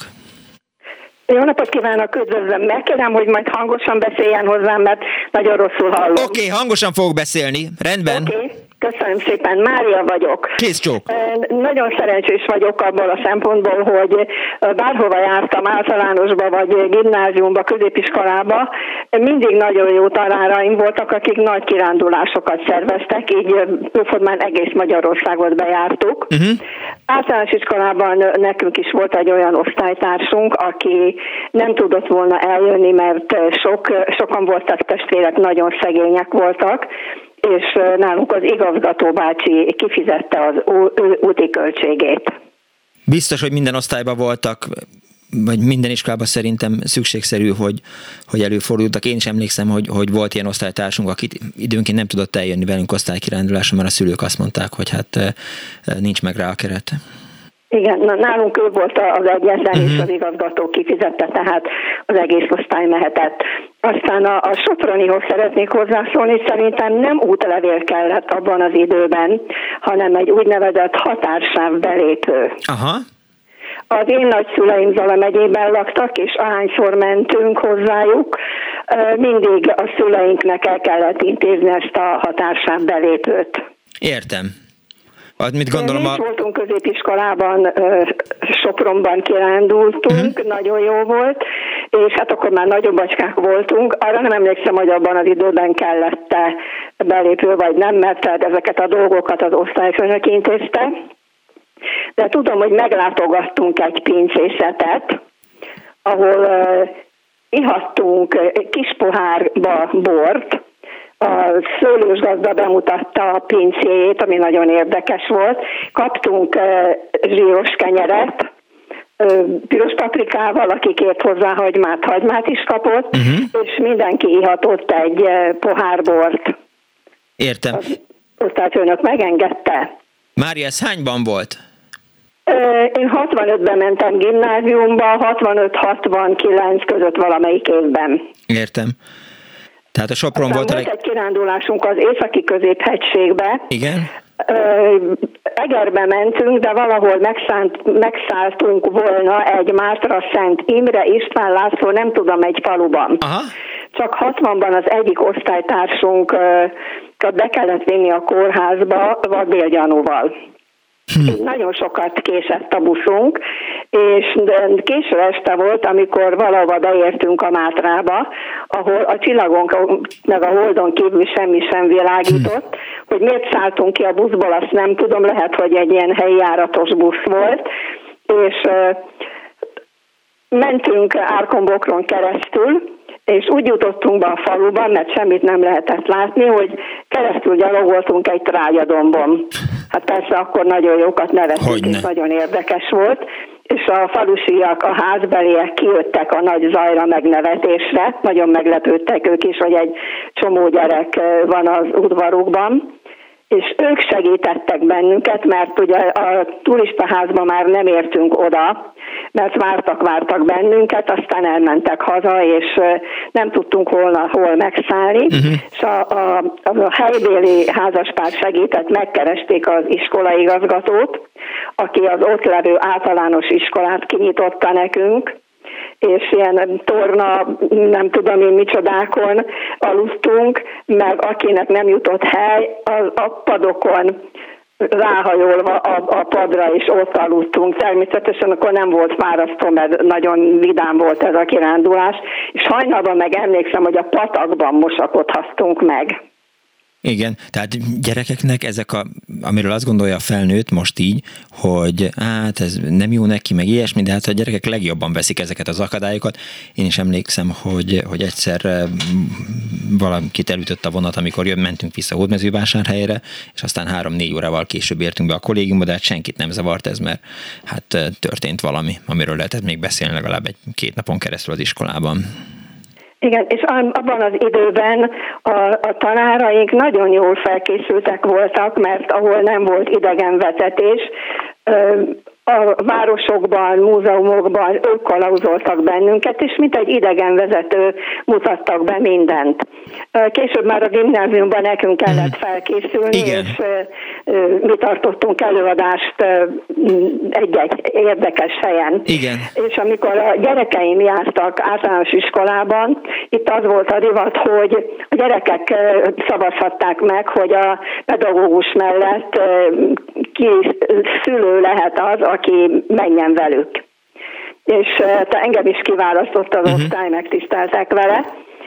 Jó napot kívánok, üdvözlöm. Megkérem, hogy majd hangosan beszéljen hozzám, mert nagyon rosszul hallom. Oké, hangosan fogok beszélni. Rendben. Oké. Köszönöm szépen, Mária vagyok. Kész csók. Nagyon szerencsés vagyok abból a szempontból, hogy bárhova jártam, általánosba, vagy gimnáziumba, középiskolába, mindig nagyon jó tanáraim voltak, akik nagy kirándulásokat szerveztek, így jóformán egész Magyarországot bejártuk. Általános iskolában nekünk is volt egy olyan osztálytársunk, aki nem tudott volna eljönni, mert sokan voltak testvérek, nagyon szegények voltak, és nálunk az igazgató bácsi kifizette az úti költségét. Biztos, hogy minden osztályban voltak, vagy minden iskolában szerintem szükségszerű, hogy előfordultak. Én is emlékszem, hogy volt ilyen osztálytársunk, akit időnként nem tudott eljönni velünk osztálykirándulásra, mert a szülők azt mondták, hogy hát nincs meg rá a keret. Igen, nálunk ő volt az egyetlen, és az igazgató kifizette, tehát az egész osztály mehetett. Aztán a Sopronihoz szeretnék hozzászólni, szerintem nem útlevél kellett abban az időben, hanem egy úgynevezett határsáv belépő. Aha. Az én nagyszüleim Zala megyében laktak, és ahányszor mentünk hozzájuk, mindig a szüleinknek el kellett intézni ezt a határsáv belépőt. Értem. Mit gondolom, mi is voltunk középiskolában, Sopronban kirándultunk, nagyon jó volt, és hát akkor már nagyobb bacskák voltunk. Arra nem emlékszem, hogy abban az időben kellett belépő vagy nem, mert ezeket a dolgokat az osztályfőnök intézte. De tudom, hogy meglátogattunk egy pincészetet, ahol ihattunk kis pohárba bort. A szőlősgazda bemutatta a pincéjét, ami nagyon érdekes volt. Kaptunk zsíros kenyeret, piros paprikával, aki kért hozzá hagymát is kapott, és mindenki ihatott egy pohár bort. Értem. Az osztályfőnök megengedte. Mária, ez hányban volt? Én 65-ben mentem gimnáziumba, 65-69 között valamelyik évben. Értem. Tehát a Sopron volt egy kirándulásunk az északi középhegységbe. Igen. Egerbe mentünk, de valahol megszálltunk volna egy Mátra Szent Imre István László, nem tudom, egy faluban. Aha. Csak 60-ban az egyik osztálytársunkat be kellett vinni a kórházba vadbélgyanúval. Nagyon sokat késett a buszunk, és késő este volt, amikor valahova beértünk a Mátrába, ahol a csillagon meg a holdon kívül semmi sem világított. Hogy miért szálltunk ki a buszból, azt nem tudom, lehet, hogy egy ilyen helyi járatos busz volt, és mentünk Árkombokron keresztül, és úgy jutottunk be a faluban, mert semmit nem lehetett látni, hogy keresztül gyalogoltunk egy trágyadombon. Hát persze akkor nagyon jókat nevettünk, és nagyon érdekes volt, és a falusiak, a házbeliek kijöttek a nagy zajra megnevetésre, nagyon meglepődtek ők is, hogy egy csomó gyerek van az udvarukban, és ők segítettek bennünket, mert ugye a turistaházba már nem értünk oda, mert vártak bennünket, aztán elmentek haza, és nem tudtunk hol megszállni, és a helybéli házaspár segített, megkeresték az iskolaigazgatót, aki az ott levő általános iskolát kinyitotta nekünk, és ilyen torna, nem tudom én micsodákon aludtunk, meg akinek nem jutott hely, a padokon ráhajolva a padra, és ott aludtunk. Természetesen akkor nem volt fárasztó, mert nagyon vidám volt ez a kirándulás, és hajnalban meg emlékszem, hogy a patakban mosakodhattunk meg. Igen, tehát gyerekeknek amiről azt gondolja a felnőtt most így, hogy hát ez nem jó neki, meg ilyesmi, de hát a gyerekek legjobban veszik ezeket az akadályokat. Én is emlékszem, hogy egyszer valakit elütött a vonat, amikor mentünk vissza Hódmezővásárhelyre, és aztán 3-4 órával később értünk be a kollégiumba, de hát senkit nem zavart ez, mert hát történt valami, amiről lehetett még beszélni legalább 1-2 napon keresztül az iskolában. Igen, és abban az időben a tanáraink nagyon jól felkészültek voltak, mert ahol nem volt idegenvezetés, a városokban, múzeumokban ők kalauzoltak bennünket, és mint egy idegenvezető mutattak be mindent. Később már a gimnáziumban nekünk kellett felkészülni, igen. És mi tartottunk előadást egy-egy érdekes helyen. Igen. És amikor a gyerekeim jártak általános iskolában, itt az volt a divat, hogy a gyerekek szavazhatták meg, hogy a pedagógus mellett ki szülő lehet az, aki menjen velük. És engem is kiválasztott az osztály, megtiszteltek vele,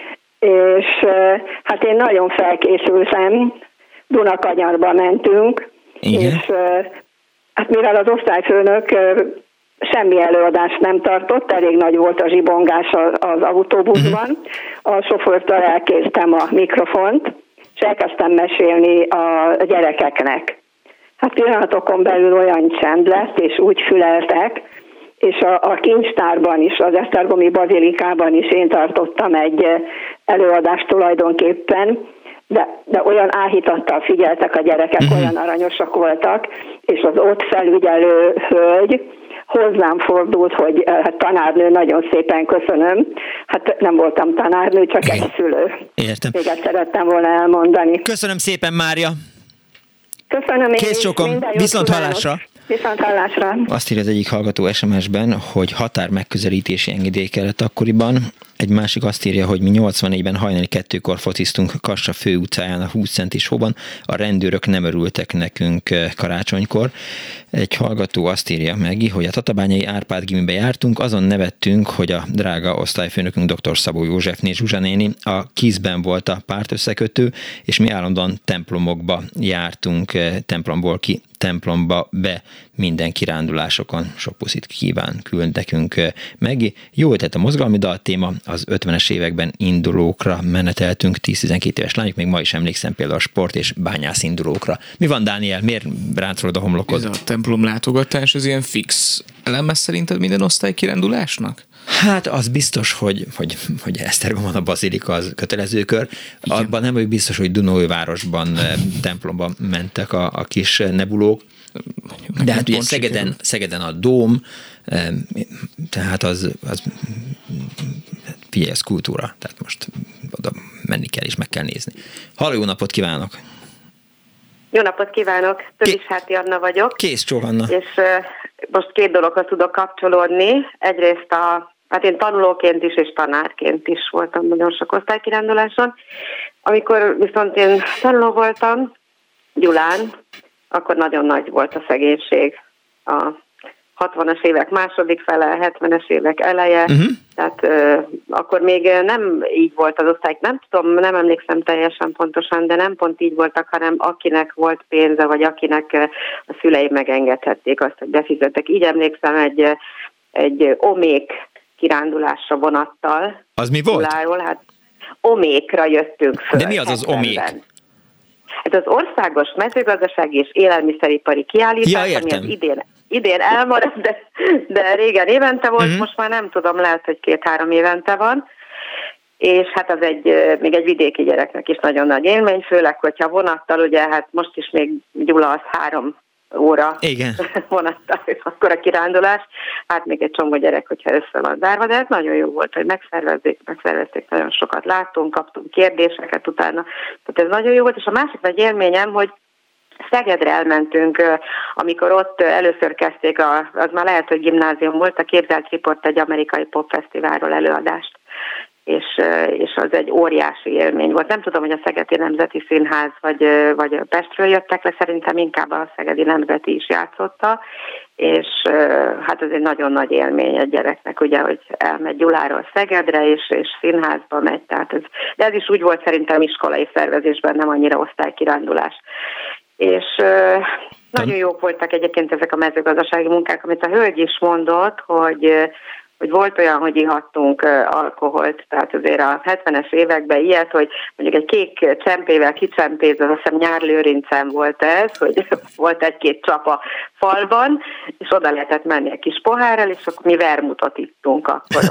és hát én nagyon felkészültem, Dunakanyarba mentünk, igen. És hát mivel az osztályfőnök semmi előadást nem tartott, elég nagy volt a zsibongás az autóbuszban, a sofőrtől elkéztem a mikrofont, és elkezdtem mesélni a gyerekeknek. Hát pillanatokon belül olyan csend lett, és úgy füleltek, és a kincstárban is, az esztergomi bazilikában is én tartottam egy előadást tulajdonképpen, de olyan áhítattal figyeltek a gyerekek, olyan aranyosak voltak, és az ott felügyelő hölgy hozzám fordult, hogy hát tanárnő, nagyon szépen köszönöm. Hát nem voltam tanárnő, csak egy szülő. Értem. Még ezt szerettem volna elmondani. Köszönöm szépen, Mária. Köszönöm én Kész sokom, viszont hallásra. Viszont hallásra. Azt írja az egyik hallgató SMS-ben, hogy határ megközelítési engedély kellett akkoriban. Egy másik azt írja, hogy mi 84-ben hajnali 2-kor fociztunk Kassa főutcáján a 20 centis hóban, a rendőrök nem örültek nekünk karácsonykor. Egy hallgató azt írja meg, hogy a Tatabányai Árpád gimibe jártunk, azon nevettünk, hogy a drága osztályfőnökünk dr. Szabó Józsefné Zsuzsa néni a Kizben volt a pártösszekötő, és mi állandóan templomokba jártunk, templomból ki templomba be minden kirándulásokon. Sok puszit kíván küld nekünk Megi. Jó ötlet a mozgalmi dal téma, az 50-es években indulókra meneteltünk, 10-12 éves lányok, még ma is emlékszem például a sport és bányász indulókra. Mi van, Dániel? Miért ráncolod a homlokod? Ez a templom látogatás, ez ilyen fix eleme szerinted minden osztálykirándulásnak? Hát az biztos, hogy Esztergom van a bazilika, az kötelező kör. Igen. Abban nem vagyok biztos, hogy Dunaújvárosban templomba mentek a kis nebulók. De hát ugye Szegeden a Dóm, tehát az figyelj, ez kultúra, tehát most oda menni kell és meg kell nézni. Halló, jó napot kívánok! Jó napot kívánok! Tövisháti Anna vagyok. Kész csók, Anna. És most 2 dologhoz tudok kapcsolódni. Egyrészt hát én tanulóként is és tanárként is voltam nagyon sok osztálykiránduláson. Amikor viszont én tanuló voltam Gyulán, akkor nagyon nagy volt a szegénység. A 60-as évek második fele, 70-es évek eleje, tehát akkor még nem így volt az osztály, nem tudom, nem emlékszem teljesen pontosan, de nem pont így voltak, hanem akinek volt pénze, vagy akinek a szüleim megengedhették azt, hogy befizettek. Így emlékszem egy omék kirándulásra vonattal. Az mi volt? Tuláról, hát omékra jöttünk föl. De mi az az omék? Ez az országos mezőgazdasági és élelmiszeripari kiállítás, ami az idén elmaradt, de régen évente volt, most már nem tudom, lehet, hogy 2-3 évente van, és hát az még egy vidéki gyereknek is nagyon nagy élmény, főleg, hogyha vonattal, ugye hát most is még Gyula az 3 óra vonattal, akkor a kirándulás, hát még egy csomó gyerek, hogyha össze van zárva, de ez nagyon jó volt, hogy megszervezték, nagyon sokat láttunk, kaptunk kérdéseket utána, tehát ez nagyon jó volt, és a másik nagy élményem, hogy Szegedre elmentünk, amikor ott először kezdték, az már lehet, hogy gimnázium volt, a Képzelt Riport egy amerikai popfesztiválról előadást. és az egy óriási élmény volt. Nem tudom, hogy a Szegedi Nemzeti Színház vagy Pestről jöttek le, szerintem inkább a Szegedi Nemzeti is játszotta, és hát ez egy nagyon nagy élmény egy gyereknek, ugye, hogy elmegy Gyuláról Szegedre, és színházba megy, de ez is úgy volt szerintem iskolai szervezésben, nem annyira osztálykirándulás. És nagyon jók voltak egyébként ezek a mezőgazdasági munkák, amit a hölgy is mondott, hogy volt olyan, hogy ihattunk alkoholt, tehát azért a 70-es években ilyet, hogy mondjuk egy kék csempével kicsempézve, azt hiszem Nyárlőrincen volt ez, hogy volt egy-két csap a falban, és oda lehetett menni egy kis pohárral, és akkor mi vermutot ittunk akkor.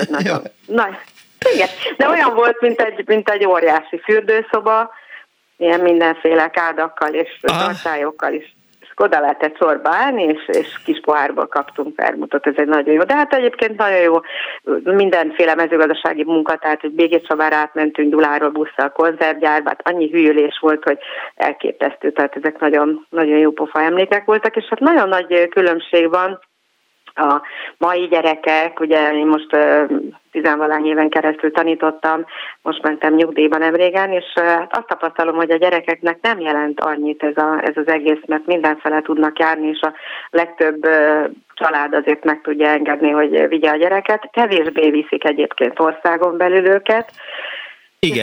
Igen, de olyan volt, mint egy óriási fürdőszoba, ilyen mindenféle kádakkal és tartályokkal is. Oda lehetett sorba állni, és kis pohárból kaptunk vermutot, ez egy nagyon jó. De hát egyébként nagyon jó mindenféle mezőgazdasági munka, tehát hogy Békéscsabára átmentünk Gyuláról busszal konzervgyárba, hát annyi hűlés volt, hogy elképesztő, tehát ezek nagyon, nagyon jó pofa emlékek voltak, és hát nagyon nagy különbség van a mai gyerekek, ugye én most 10-valány éven keresztül tanítottam, most mentem nyugdíjba nemrégen, és azt tapasztalom, hogy a gyerekeknek nem jelent annyit ez az egész, mert mindenfele tudnak járni, és a legtöbb család azért meg tudja engedni, hogy vigye a gyereket. Kevésbé viszik egyébként országon belül őket. Igen. És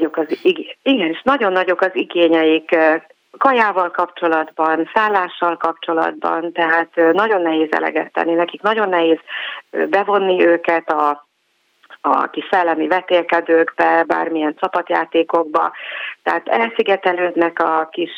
nagyon nagyok az igényeik, kajával kapcsolatban, szállással kapcsolatban, tehát nagyon nehéz eleget tenni nekik, nagyon nehéz bevonni őket a kis szellemi vetélkedőkbe, bármilyen csapatjátékokba, tehát elszigetelődnek a kis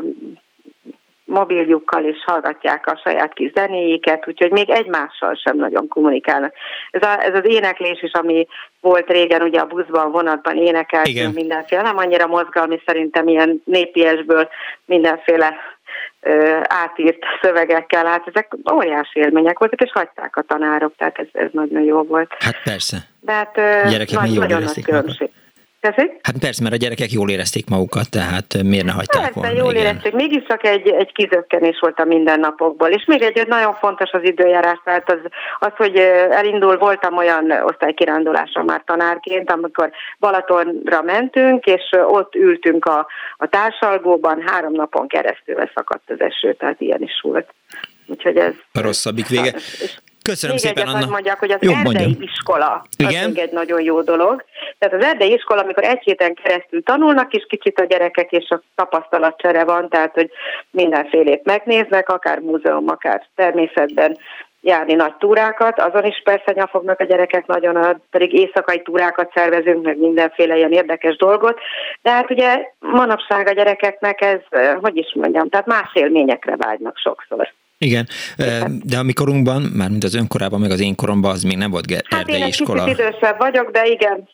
mobiljukkal, és hallgatják a saját kis zenéiket, úgyhogy még egymással sem nagyon kommunikálnak. Ez az éneklés is, ami volt régen, ugye a buszban, vonatban énekeltünk mindenféle, nem annyira mozgalmi, szerintem ilyen népiesből mindenféle átírt szövegekkel, hát ezek óriási élmények voltak, és hagyták a tanárok, tehát ez nagyon jó volt. Hát persze. De hát nagyon nagy különbség. Hát persze, mert a gyerekek jól érezték magukat, tehát miért ne hagyták volna? Jól érezték, mégiscsak egy kizökkenés volt a mindennapokból, és még egy nagyon fontos az időjárás, tehát az, hogy voltam olyan osztálykirándulásra már tanárként, amikor Balatonra mentünk, és ott ültünk a társalgóban, 3 napon keresztül szakadt az eső, tehát ilyen is volt. Úgyhogy ez... A rosszabbik vége. Köszönöm még szépen, Anna. Mondjak, hogy az erdei iskola az még egy nagyon jó dolog. Tehát az erdei iskola, amikor egy héten keresztül tanulnak, és kicsit a gyerekek, és a tapasztalatcsere van, tehát hogy mindenfélét megnéznek, akár múzeum, akár természetben járni nagy túrákat, azon is persze nyafognak a gyerekek nagyon, pedig éjszakai túrákat szervezünk, meg mindenféle ilyen érdekes dolgot, de hát ugye manapság a gyerekeknek ez, hogy is mondjam, tehát más élményekre vágynak sokszor. Igen, de a mi korunkban, mármint az önkorában, meg az én koromban, az még nem volt erdei iskola. Hát én egy kicsit idősebb vagyok, de igen.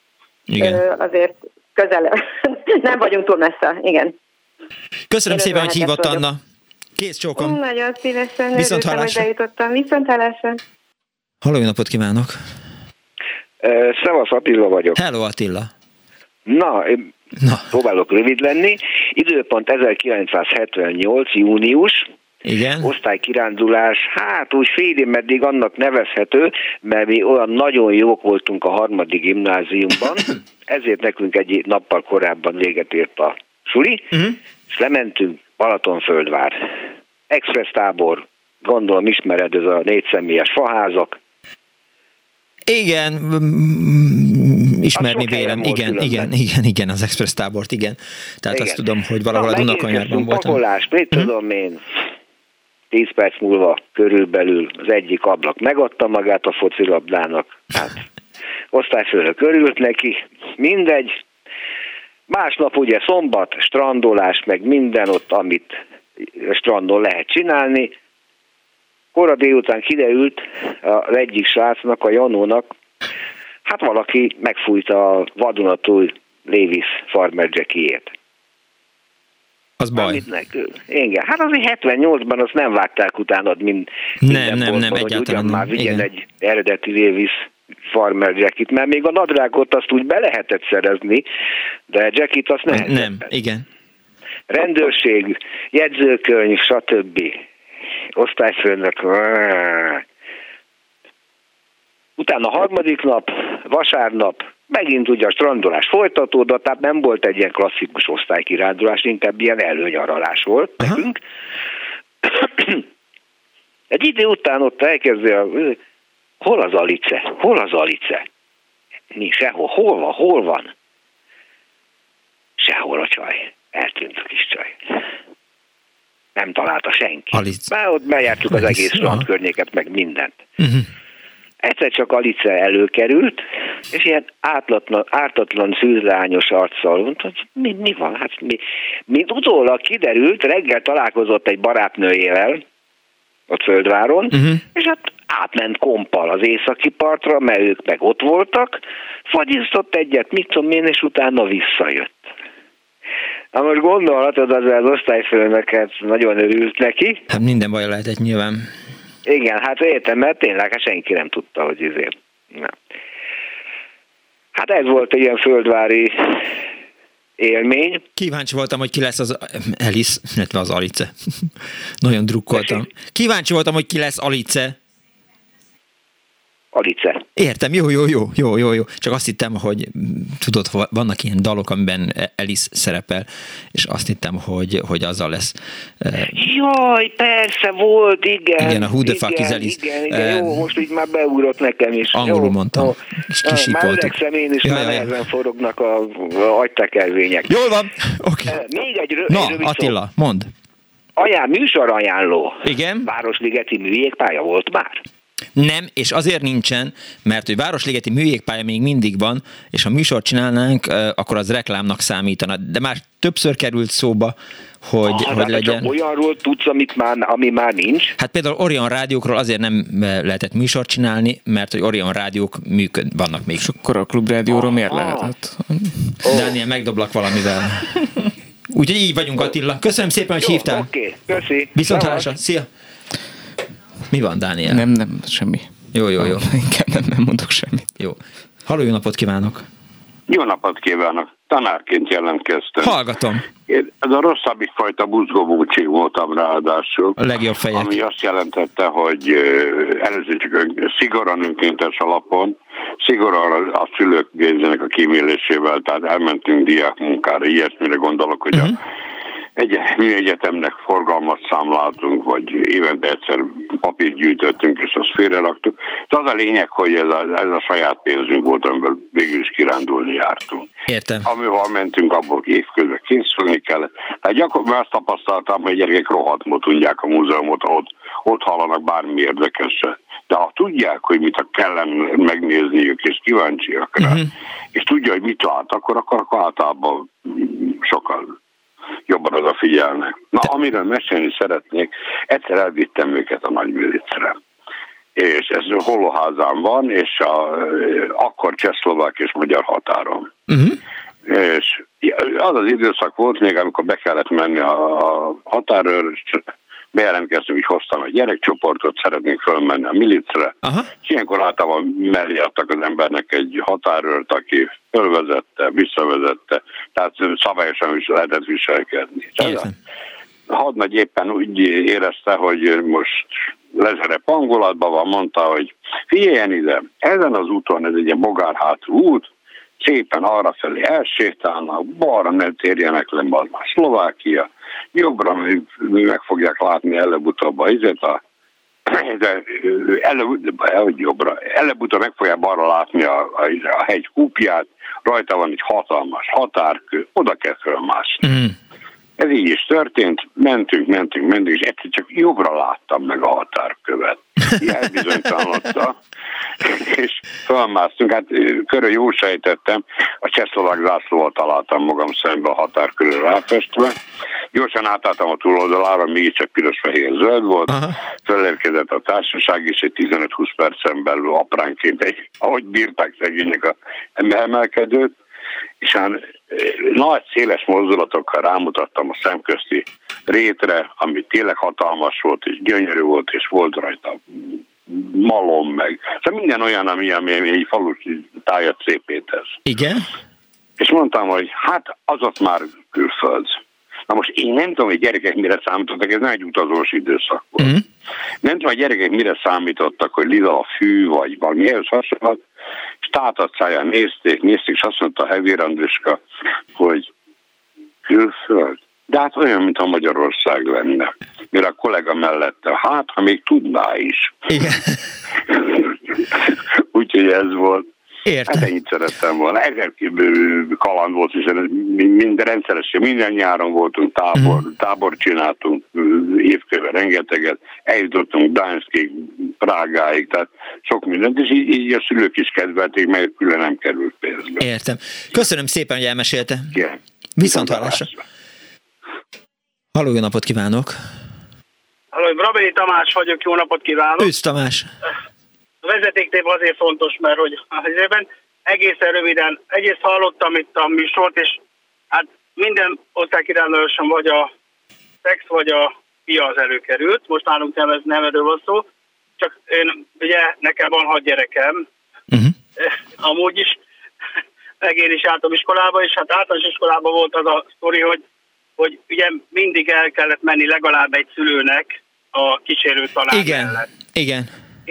Azért közel, nem vagyunk túl messze, igen. Köszönöm szépen, hogy hívott, Anna. Kész csókom. Nagyon szívesen. Viszont hallásra. Viszont hallásra. Halló, jó napot kívánok. Szevasz, Attila vagyok. Hello, Attila. Na, próbálok rövid lenni. Időpont 1978. június. Igen. Osztálykirándulás, hát úgy félig meddig annak nevezhető, mert mi olyan nagyon jók voltunk a 3. gimnáziumban, ezért nekünk egy nappal korábban véget ért a suli, és lementünk Balatonföldvár. Express tábor, gondolom ismered, ez a 4 személyes faházak. Igen, ismerni vélem, igen, az express tábort, igen. Tehát igen. Azt tudom, hogy valahol a Dunakanyarban voltam. Pakolás, mit tudom én, 10 perc múlva körülbelül az egyik ablak megadta magát a focilabdának, hát osztályfőnök örült neki, mindegy. Másnap ugye szombat, strandolás, meg minden ott, amit strandon lehet csinálni. Kora délután kiderült az egyik srácnak, a Janónak, hát valaki megfújta a vadonatúj Levis Farmer Jackie-ét. Az baj. Igen, hát azért 78-ban azt nem vágták utána minden nem, egyáltalán nem. Már vigyen egy eredeti Levis Farmer Jacket, mert még a nadrágot azt úgy be lehetett szerezni, de Jacket azt nehezebben. Nem, igen. Rendőrség, jegyzőkönyv, stb. Osztályfőnök. Utána a harmadik nap, vasárnap, megint ugye a strandolás folytatódott, tehát nem volt egy ilyen klasszikus osztálykirándulás, inkább ilyen előnyaralás volt nekünk. Egy idő után ott elkezdi hol az Alice? Hol az Alice? Mi? Sehol. Hol van? Sehol a csaj. Eltűnt a kis csaj. Nem találta senki. Már ott bejártuk az egész strandkörnyéket, meg mindent. Egyszer csak Alice előkerült, és ilyen ártatlan szűzlányos arccal mondta, hogy mi van? Hát mint utólag kiderült, reggel találkozott egy barátnőjével ott Földváron, és hát átment kompal az északi partra, mert ők meg ott voltak, fagyiztott egyet, mit tudom én, és utána visszajött. Na most gondolhatod, az osztályfőnök hát nagyon örült neki. Hát minden baj lehetett nyilván. Igen, hát értem, mert tényleg senki nem tudta, hogy ezért. Na. Hát ez volt egy ilyen földvári élmény. Kíváncsi voltam, hogy ki lesz az Alice, illetve az Alice. Nagyon drukkoltam. Kíváncsi voltam, hogy ki lesz Alice. Alice. Értem, jó. Csak azt hittem, hogy tudod, vannak ilyen dalok, amiben Alice szerepel, és azt hittem, hogy azzal lesz. Jaj, persze volt, igen. Igen, a Who the fuck is Alice. Igen, jó, most így már beugrott nekem is. Angolul mondtam, és kisípoltuk. Már öregszem én is, már nehezen forognak a agytekervények. Jól van, oké. Még egy rövid Attila, mondd. Műsorajánló. Igen. Városligeti műjégpálya volt már? Nem, és azért nincsen, mert hogy Városligeti műjégpálya még mindig van, és ha műsort csinálnánk, akkor az reklámnak számítana. De már többször került szóba, hogy legyen. Olyanról tudsz, ami már nincs? Hát például Orion rádiókról azért nem lehetett műsort csinálni, mert hogy Orion rádiók vannak még. És akkor a Klubrádióról miért lehetett? Dániel, megdoblak valamivel. Úgyhogy így vagyunk, Attila. Köszönöm szépen, hogy hívtál. Oké, köszi. Viszontlátásra. Szia. Mi van, Dániel? Nem, semmi. Jó. Inkább nem mondok semmit. Jó. Halló, jó napot kívánok! Jó napot kívánok! Tanárként jelentkeztem. Hallgatom. Ez a rosszabbik fajta buzgóbúcsig voltam ráadásul. A legjobb fejek. Ami azt jelentette, hogy először csak szigorúan önkéntes alapon, szigorúan a szülők végzének a kímélésével, tehát elmentünk diákmunkára, ilyesmire gondolok, hogy mi egyetemnek forgalmat számláltunk, vagy évente egyszer papírt gyűjtöttünk, és azt félreraktuk. De az a lényeg, hogy ez a saját pénzünk volt, amivel végül is kirándulni jártunk. Értem. Amivel mentünk, abból évközben készülni kellett. Tehát gyakorlatilag azt tapasztaltam, hogy gyerekek rohadtul tudják a múzeumot, ott hallanak bármi érdekeset. De ha tudják, hogy mit kellene megnézniük, és kíváncsiak rá, és tudja, hogy mit lát, akkor általában sokkal jobban odafigyelnek. Na, amiről mesélni szeretnék, egyszer elvittem őket a Nagymilicre. És ez Hollóházán van, és akkor csehszlovák és magyar határon. És az az időszak volt még, amikor be kellett menni a határőr, és bejelentkeztünk, hogy hoztam egy gyerekcsoportot, szeretnénk fölmenni a milicre. És ilyenkor általában mellé adtak az embernek egy határőrt, aki fölvezette, visszavezette, tehát szabályosan is lehetett viselkedni. A hadnagy éppen úgy érezte, hogy most lezerep hangulatban van, mondta, hogy figyeljen ide, ezen az úton, ez egy ilyen bogárhátú út, szépen arrafelé elsétálnak, balra nem térjenek le, az már Szlovákia, jobbra meg fogják látni előbb-utóbb előbb-utóbb meg fogják balra látni a hegy kúpját, rajta van egy hatalmas határkő, oda kell fölmászni. Ez így is történt, mentünk, és egyszer csak jobbra láttam meg a határkövet. Elbizonytalanodta, és fölmásztunk, hát körül jól sejtettem, a csehszlovák zászlóval találtam magam szembe a határkörül ráfestve, gyorsan átálltam a túloldalára, mégiscsak piros-fehér-zöld volt, fölérkezett a társaság, és egy 15-20 percen belül apránként, ahogy bírták szegények a emelkedőt, és nagy, széles mozdulatokkal rámutattam a szemközti rétre, ami tényleg hatalmas volt, és gyönyörű volt, és volt rajta malom meg. Szóval minden olyan, ami egy falusi tájat szépét tesz. Igen? És mondtam, hogy hát az ott már külföld. Na most én nem tudom, hogy gyerekek mire számítottak, ez nem egy utazós időszak volt. Mm. Nem tudom, hogy gyerekek mire számítottak, hogy lila a fű, vagy valami ehhez hasonlóan, és tátatszáján nézték, és azt mondta a Hevér Andriska, hogy külföld. De hát olyan, mintha Magyarország lenne. Mert a kollega mellette, hát, ha még tudná is. Igen. Úgyhogy ez volt. Értem. Hát ennyit szerettem volna. Kaland volt, hiszen minden rendszeresen, minden nyáron voltunk, tábor csináltunk, évközben rengeteget, eljutottunk Gdańskig, Prágáig, tehát sok mindent, és így a szülők is kedvelték, meg külön nem került pénzbe. Értem. Köszönöm szépen, hogy elmesélte. Igen. Viszonthallásra. Halló, jó napot kívánok! Halló, Brabély Tamás vagyok, jó napot kívánok! Üdv Tamás! A vezetéktév azért fontos, mert hogy azért egészen röviden, egyrészt hallottam itt a műsort, és hát minden osztálykiránduláson vagy a szex, vagy a fia az előkerült. Most nálunk nem erről van szó, csak ugye nekem van 6 gyerekem, amúgy is, meg én is jártam iskolába, és hát általános iskolában volt az a sztori, hogy ugye mindig el kellett menni legalább egy szülőnek a kísérő tanár mellett. Igen.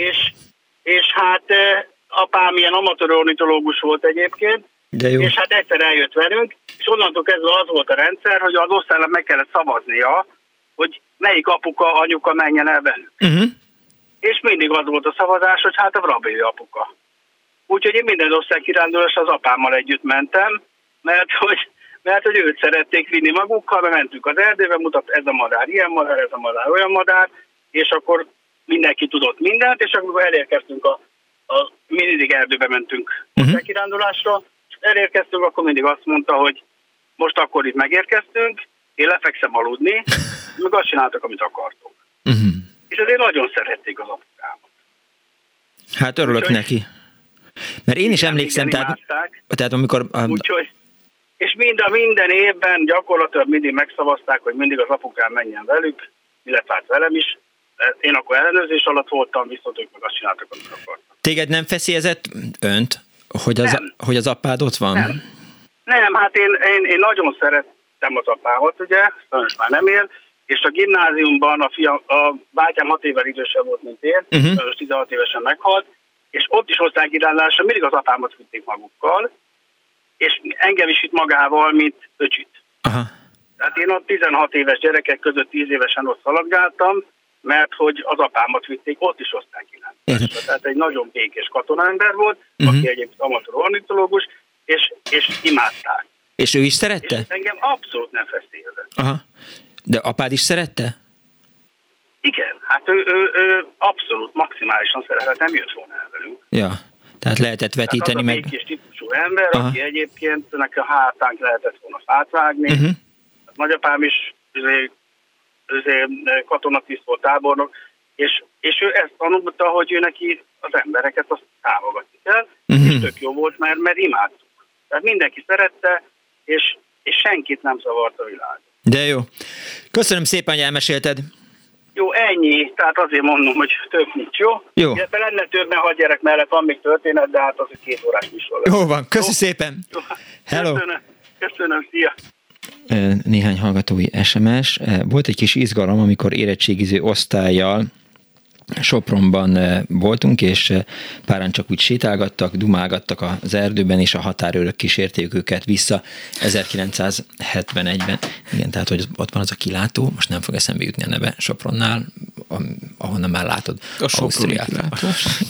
És hát apám ilyen amatőr ornitológus volt egyébként, és hát egyszer eljött velünk, és onnantól kezdve az volt a rendszer, hogy az osztálynak meg kellett szavaznia, hogy melyik apuka, anyuka menjen el velük. És mindig az volt a szavazás, hogy hát a Brabély apuka. Úgyhogy én minden osztálykirándulásra az apámmal együtt mentem, mert hogy őt szerették vinni magukkal, mert mentünk az erdőbe, mutat ez a madár, ilyen madár, ez a madár, olyan madár, és akkor mindenki tudott mindent, és akkor elérkeztünk mindig erdőbe mentünk kirándulásra, és elérkeztünk, akkor mindig azt mondta, hogy most akkor itt megérkeztünk, én lefekszem aludni, meg azt csináltak, amit akartok. És azért nagyon szerették az apukámat. Hát örülök neki. Mert én is emlékszem, tehát amikor... Úgyhogy, és minden évben gyakorlatilag mindig megszavazták, hogy mindig az apukám menjen velük, illetve hát velem is. Én akkor ellenőrzés alatt voltam, viszont ők meg azt csináltak, amit akartak. Téged nem feszélyezett önt, hogy az apád ott van? Nem, hát én nagyon szerettem az apámat, ugye, sajnos már nem él, és a gimnáziumban a bátyám 6 évvel idősebb volt, mint én, 16 évesen meghalt, és ott is osztálykirándulásra mindig az apámat vitték magukkal, és engem is vitt magával, mint öcsit. Aha. Tehát én ott 16 éves gyerekek között 10 évesen ott szaladgáltam, mert hogy az apámat vitték ott is osztálykirándulásra. Tehát egy nagyon békés katonaember volt, aki egyébként amatőr ornitológus, és imádták. És ő is szerette? És engem abszolút nem feszélyezett. Aha. De apád is szerette? Igen, hát ő abszolút maximálisan szeretett, nem jött volna el velünk. Ja, tehát lehetett vetíteni meg. Az a békés típusú ember, aki egyébként neki a hátánk lehetett volna fát vágni. Nagyapám is katonatiszt volt, tábornok, és ő ezt tanulta, hogy ő neki az embereket azt támogatni kell, és tök jó volt, mert imádtuk. Tehát mindenki szerette, és senkit nem zavart a világ. De jó. Köszönöm szépen, hogy elmesélted. Jó, ennyi. Tehát azért mondom, hogy több nincs, jó? Jó. Illetve lenne több, mert 6 gyerek mellett van még történet, de hát az 2 órás műsor lesz. Jó van, köszi szépen. Jó. Hello. Köszönöm, szia. Néhány hallgatói SMS. Volt egy kis izgalom, amikor érettségiző osztállyal Sopronban voltunk, és páran csak úgy sétálgattak, dumálgattak az erdőben, és a határőrök kísérték őket vissza 1971-ben. Igen, tehát, hogy ott van az a kilátó, most nem fog eszembe jutni a neve, Sopronnál, ahonnan már látod a soproni kilátó.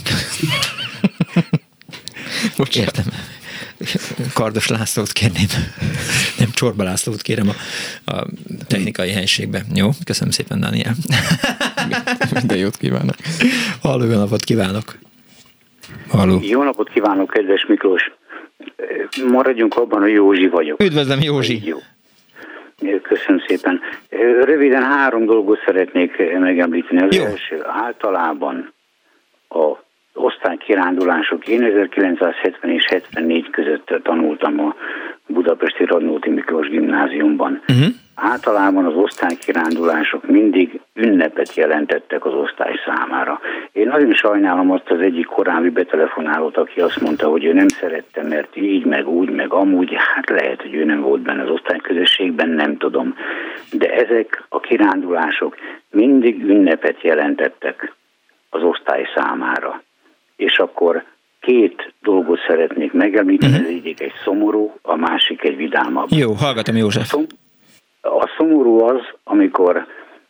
Értem. Kardos Lászlót kérném. Nem, Csorba Lászlót kérem a technikai helységbe. Jó? Köszönöm szépen, Dániel. Minden jót kívánok. Halló, jó napot kívánok. Halló. Jó napot kívánok, kedves Miklós. Maradjunk abban, hogy Józsi vagyok. Üdvözlöm, Józsi. Jó. Köszönöm szépen. Röviden 3 dolgot szeretnék megemlíteni. Az első, általában a osztálykirándulások. Én 1970 és 74 között tanultam a budapesti Radnóti Miklós gimnáziumban. Általában az osztálykirándulások mindig ünnepet jelentettek az osztály számára. Én nagyon sajnálom azt az egyik korábbi betelefonálót, aki azt mondta, hogy ő nem szerette, mert így, meg úgy, meg amúgy. Hát lehet, hogy ő nem volt benne az osztályközösségben, nem tudom. de ezek a kirándulások mindig ünnepet jelentettek az osztály számára. És akkor két dolgot szeretnék megemlíteni, az egyik egy szomorú, a másik egy vidámabb. Jó, hallgatom, József. A szomorú az, amikor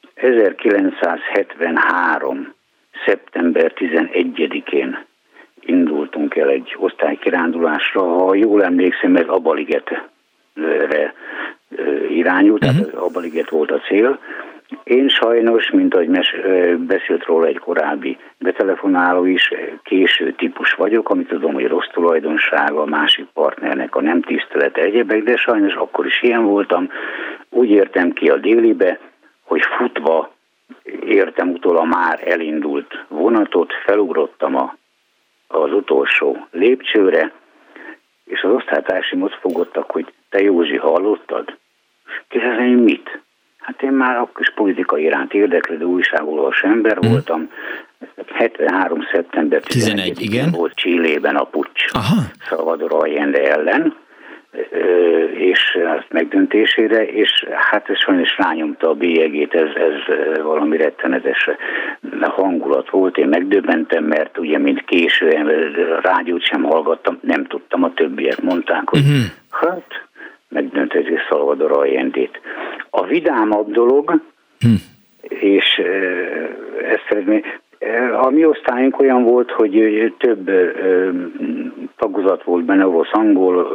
1973. szeptember 11-én indultunk el egy osztálykirándulásra, ha jól emlékszem, ez Abaligetre irányult, tehát Abaliget volt a cél. Én sajnos, mint ahogy beszélt róla egy korábbi betelefonáló is, késő típus vagyok, amit tudom, hogy rossz tulajdonsága, a másik partnernek a nem tisztelete, egyebek, de sajnos akkor is ilyen voltam. Úgy értem ki a délibe, hogy futva értem utol a már elindult vonatot, felugrottam az utolsó lépcsőre, és az osztálytársaim ott fogottak, hogy te Józsi, hallottad? Kérdezem, én mit? Hát én már akkor is politika iránt érdeklődő újságolvasó ember voltam. 73. szeptember 11-én volt Chilében a puccs Salvador Allende ellen, és az megdöntésére, és hát ez sajnos rányomta a bélyegét, ez valami rettenetes hangulat volt. Én megdöbbentem, mert ugye mint későn rádiót sem hallgattam, nem tudtam, a többiek mondták, hogy hát megdönteti Salvador Allendét. A vidámabb dolog, és ezt szeretném, a mi osztályunk olyan volt, hogy több tagozat volt benne, orosz-angol,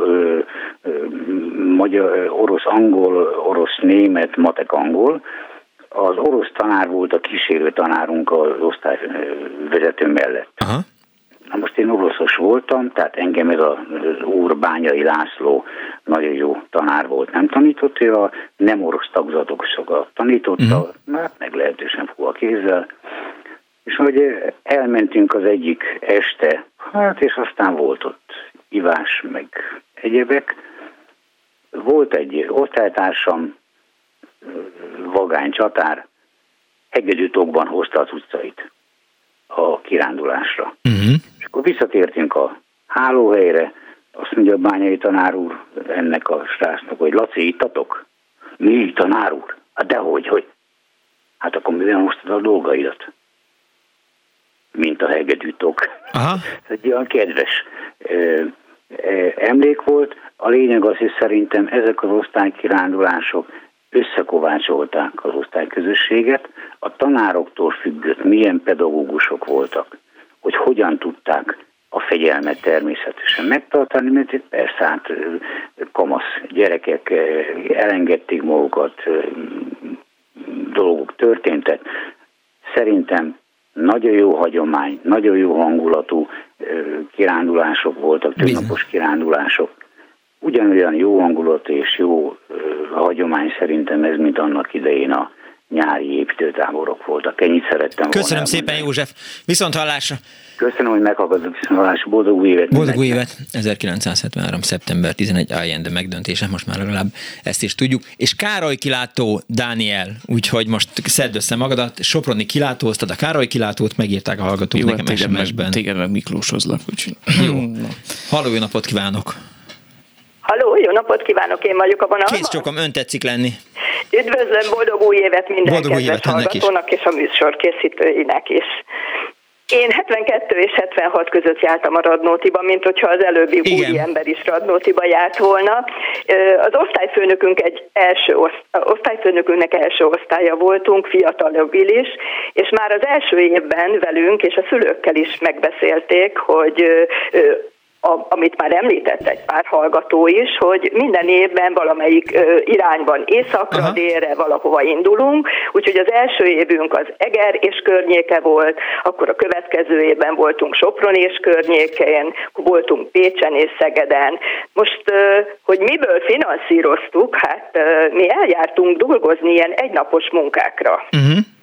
magyar, orosz-angol, orosz-német, matek-angol. Az orosz tanár volt a kísérő tanárunk az osztályvezető mellett. Aha. Na most én oroszos voltam, tehát engem ez az úr Bányai László nagyon jó tanár volt, nem tanított, ő a nem orosz tagozatok tanította, hát meglehetősen fog a kézzel. És hogy elmentünk az egyik este, hát és aztán volt ott ivás, meg egyebek. Volt egy osztálytársam, vagány csatár, hegedűtokban hozta az utcait a kirándulásra. És akkor visszatértünk a hálóhelyre, azt mondja a Bányai tanár úr ennek a srácnak, hogy Laci, ittatok? Mi, tanár úr? Hát dehogy, hogy? Hát akkor mivel hoztad a dolgaidat? Mint a hegedűtok. Ez egy olyan kedves emlék volt. A lényeg az, hogy szerintem ezek az osztálykirándulások összekovácsolták az osztályközösséget. A tanároktól függött, milyen pedagógusok voltak, hogy hogyan tudták a fegyelmet természetesen megtartani, mert itt persze hát kamasz gyerekek elengedték magukat, dolgok történtek. Szerintem nagyon jó hagyomány, nagyon jó hangulatú kirándulások voltak, többnapos kirándulások. Ugyanolyan jó hangulat és jó hagyomány szerintem ez, mint annak idején a nyári építőtáborok voltak. Ennyit szerettem volna. Köszönöm szépen, József. Viszont hallásra. Köszönöm, hogy meghallgatok, viszont hallásra. Boldog új évet. Boldog új évet. 1973. szeptember 11 Allende megdöntése, most már legalább ezt is tudjuk. És Károly kilátó, Dániel, úgyhogy most szedd össze magadat, soproni kilátóztad a Károly kilátót, megírták a hallgatók jó, nekem SMS-ben. Téged meg Miklóshozlak, úgyhogy. Jó. Halló, jó napot kívánok! Halló, jó napot kívánok, én vagyok a vonalban. Kész csokom, ön tetszik lenni. Üdvözlöm, boldog új évet minden boldog kedves hallgatónak és a műsor készítőinek is. Én 72 és 76 között jártam a Radnótiba, mint hogyha az előbbi úri ember is Radnótiba járt volna. Az osztályfőnökünk osztályfőnökünknek első osztálya voltunk, fiatalabb is, és már az első évben velünk és a szülőkkel is megbeszélték, hogy amit már említett egy pár hallgató is, hogy minden évben valamelyik irányban északra, délre valahova indulunk, úgyhogy az első évünk az Eger és környéke volt, akkor a következő évben voltunk Sopron és környékén, voltunk Pécsen és Szegeden. Most, hogy miből finanszíroztuk, hát mi eljártunk dolgozni ilyen egynapos munkákra.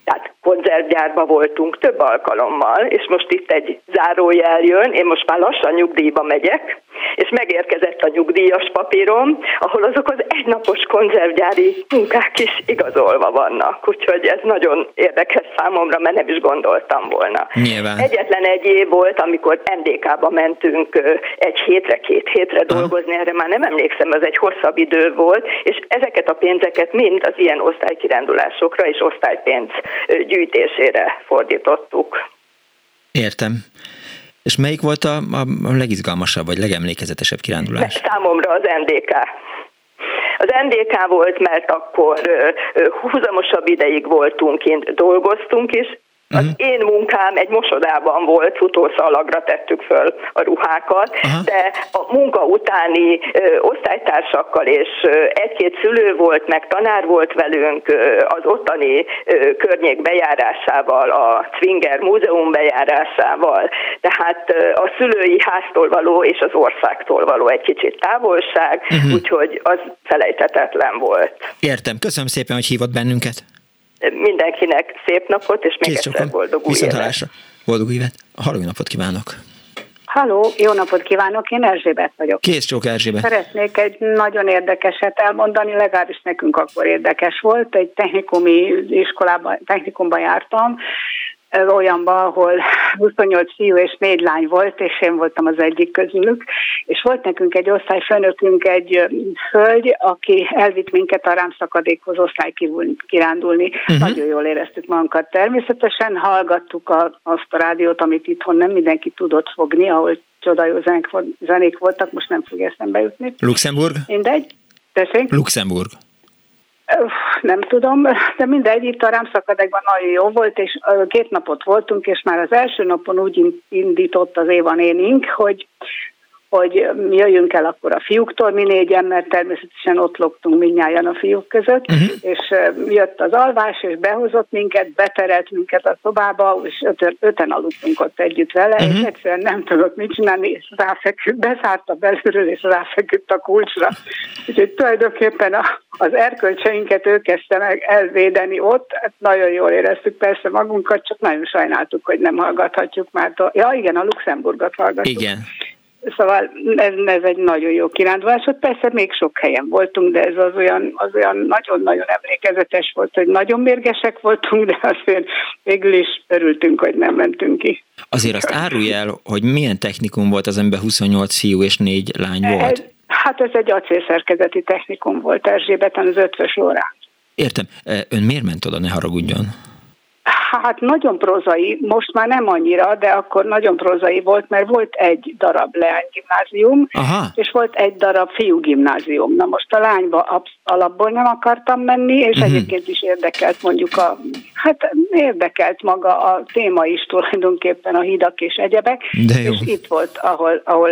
Tehát konzervgyárban voltunk több alkalommal, és most itt egy zárójel jön, én most már lassan nyugdíjba megyek, és megérkezett a nyugdíjas papírom, ahol azok az egynapos konzervgyári munkák is igazolva vannak. Úgyhogy ez nagyon érdekes számomra, mert nem is gondoltam volna. Nyilván. Egyetlen egy év volt, amikor MDK-ba mentünk egy hétre, 2 hétre dolgozni, erre már nem emlékszem, az egy hosszabb idő volt, és ezeket a pénzeket mind az ilyen osztálykirándulásokra és osztálypénz gyűjtésére fordítottuk. Értem. És melyik volt a legizgalmasabb, vagy legemlékezetesebb kirándulás? Számomra az NDK. Az NDK volt, mert akkor húzamosabb ideig voltunk kint, dolgoztunk is. Az én munkám egy mosodában volt, futószalagra tettük föl a ruhákat, de a munka utáni osztálytársakkal és 1-2 szülő volt, meg tanár volt velünk az ottani környék bejárásával, a Zwinger Múzeum bejárásával, tehát a szülői háztól való és az országtól való egy kicsit távolság, úgyhogy az felejthetetlen volt. Értem, köszönöm szépen, hogy hívott bennünket. Mindenkinek szép napot, és még egyszer boldog új évet. Boldog új évet. Halló, napot kívánok. Halló, jó napot kívánok, én Erzsébet vagyok. Kész csók, Erzsébet. Szeretnék egy nagyon érdekeset elmondani, legalábbis nekünk akkor érdekes volt. Egy technikumi iskolában, technikumban jártam, olyanban, ahol 28 fiú és 4 lány volt, és én voltam az egyik közülük, és volt nekünk egy osztályfőnökünk, egy hölgy, aki elvitt minket a rámszakadékhoz osztálykirándulni. Nagyon jól éreztük magunkat. Természetesen hallgattuk azt a rádiót, amit itthon nem mindenki tudott fogni, ahol csoda jó zenék voltak, most nem fog eszembe jutni. Luxemburg? Mindegy. Tessék? Luxemburg. Nem tudom, de mindegy, itt a rámszakadékban nagyon jó volt, és 2 napot voltunk, és már az első napon úgy indított az Éva nénink, hogy jöjjünk el akkor a fiúktól, mi 4-en, mert természetesen ott lógtunk mindnyájan a fiúk között, és jött az alvás, és behozott minket, beterelt minket a szobába, és 5-en aludtunk ott együtt vele, és egyszerűen nem tudott mit csinálni, és ráfeküdt, bezárta belülről, és ráfeküdt a kulcsra. Úgyhogy tulajdonképpen az erkölcseinket ő kezdte meg elvédeni ott, hát nagyon jól éreztük persze magunkat, csak nagyon sajnáltuk, hogy nem hallgathatjuk már. Ja igen, a Luxemburgot hallgatjuk. Igen. Szóval ez egy nagyon jó kirándulás, ott persze még sok helyen voltunk, de ez az olyan nagyon-nagyon emlékezetes volt, hogy nagyon mérgesek voltunk, de azért végül is örültünk, hogy nem mentünk ki. Azért azt árulj el, hogy milyen technikum volt az, amiben 28 fiú és 4 lány volt? Hát ez egy acélszerkezeti technikum volt Erzsébeten, az 5-ös órán. Értem. Ön miért ment oda, ne haragudjon? Hát nagyon prózai, most már nem annyira, de akkor nagyon prózai volt, mert volt egy darab leánygimnázium, és volt egy darab fiúgimnázium. Na most a lányba alapból nem akartam menni, és egyébként is érdekelt érdekelt maga a téma is tulajdonképpen, a hidak és egyebek, és itt volt, ahol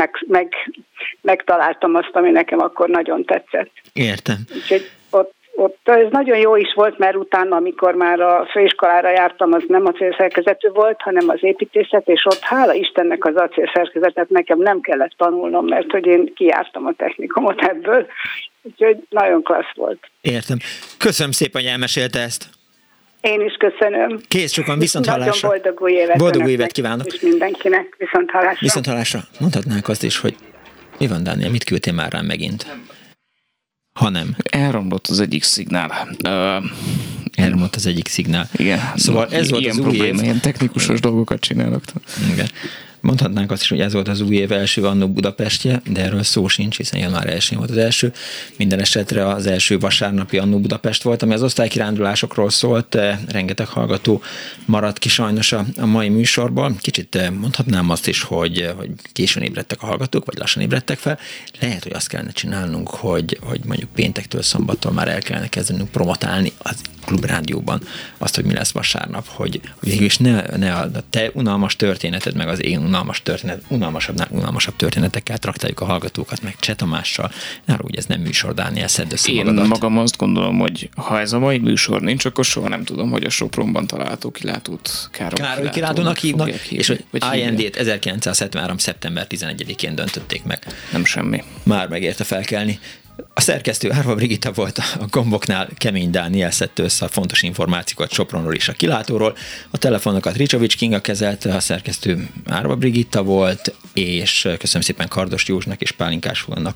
megtaláltam azt, ami nekem akkor nagyon tetszett. Értem. Úgyhogy ott ez nagyon jó is volt, mert utána, amikor már a főiskolára jártam, az nem acélszerkezetű volt, hanem az építészet, és ott hála Istennek az acélszerkezetet nekem nem kellett tanulnom, mert hogy én kijártam a technikumot ebből, úgyhogy nagyon klassz volt. Értem. Köszönöm szépen, hogy elmesélte ezt. Én is köszönöm. Kész sokan, viszonthallásra. Nagyon boldog új évet. Boldog új évet kívánok. És mindenkinek, viszonthallásra. Viszonthallásra. Mondhatnánk azt is, hogy mi van, Dániel, mit küldtél már rám megint? Ha nem. Elromlott az egyik szignál. Elromlott az egyik szignál. Igen. Szóval ez volt ilyen az új év. Ilyen technikusos dolgokat csinálok. Igen. Mondhatnánk azt is, hogy ez volt az új év első Annó Budapestje, de erről szó sincs, hiszen január 1-én volt az első. Minden esetre az első vasárnapi Annó Budapest volt, ami az osztálykirándulásokról szólt. Rengeteg hallgató maradt ki sajnos a mai műsorból. Kicsit mondhatnám azt is, hogy későn ébredtek a hallgatók, vagy lassan ébredtek fel. Lehet, hogy azt kellene csinálnunk, hogy mondjuk péntektől szombattól már el kellene kezdenünk promotálni az Klubrádióban azt, hogy mi lesz vasárnap, hogy végülis ne a te unalmas történeted, meg az én unalmas történet, unalmasabb történetekkel traktáljuk a hallgatókat, meg Cseh Tamással. Nála ugye ez nem műsor, Dániel, szedd össze magadat. Én magam azt gondolom, hogy ha ez a mai műsor nincs, akkor soha nem tudom, hogy a Sopronban található kilátót Károly kilátónak hívnak, és hogy IND-t 1973. szeptember 11-én döntötték meg. Nem semmi. Már megérte felkelni. A szerkesztő Árva Brigitta volt, a gomboknál Kemény Dániel szedte össze a fontos információkat Sopronról és a kilátóról. A telefonokat Ricsovics Kinga kezelte, a szerkesztő Árva Brigitta volt, és köszönöm szépen Kardos Józsnak és Pálinkás Hugonnak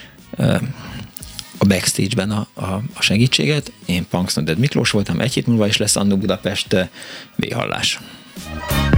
a backstage-ben a segítséget. Én Punks Not Dead Miklós voltam, egy hét múlva is lesz Annó Budapest. Véhallás.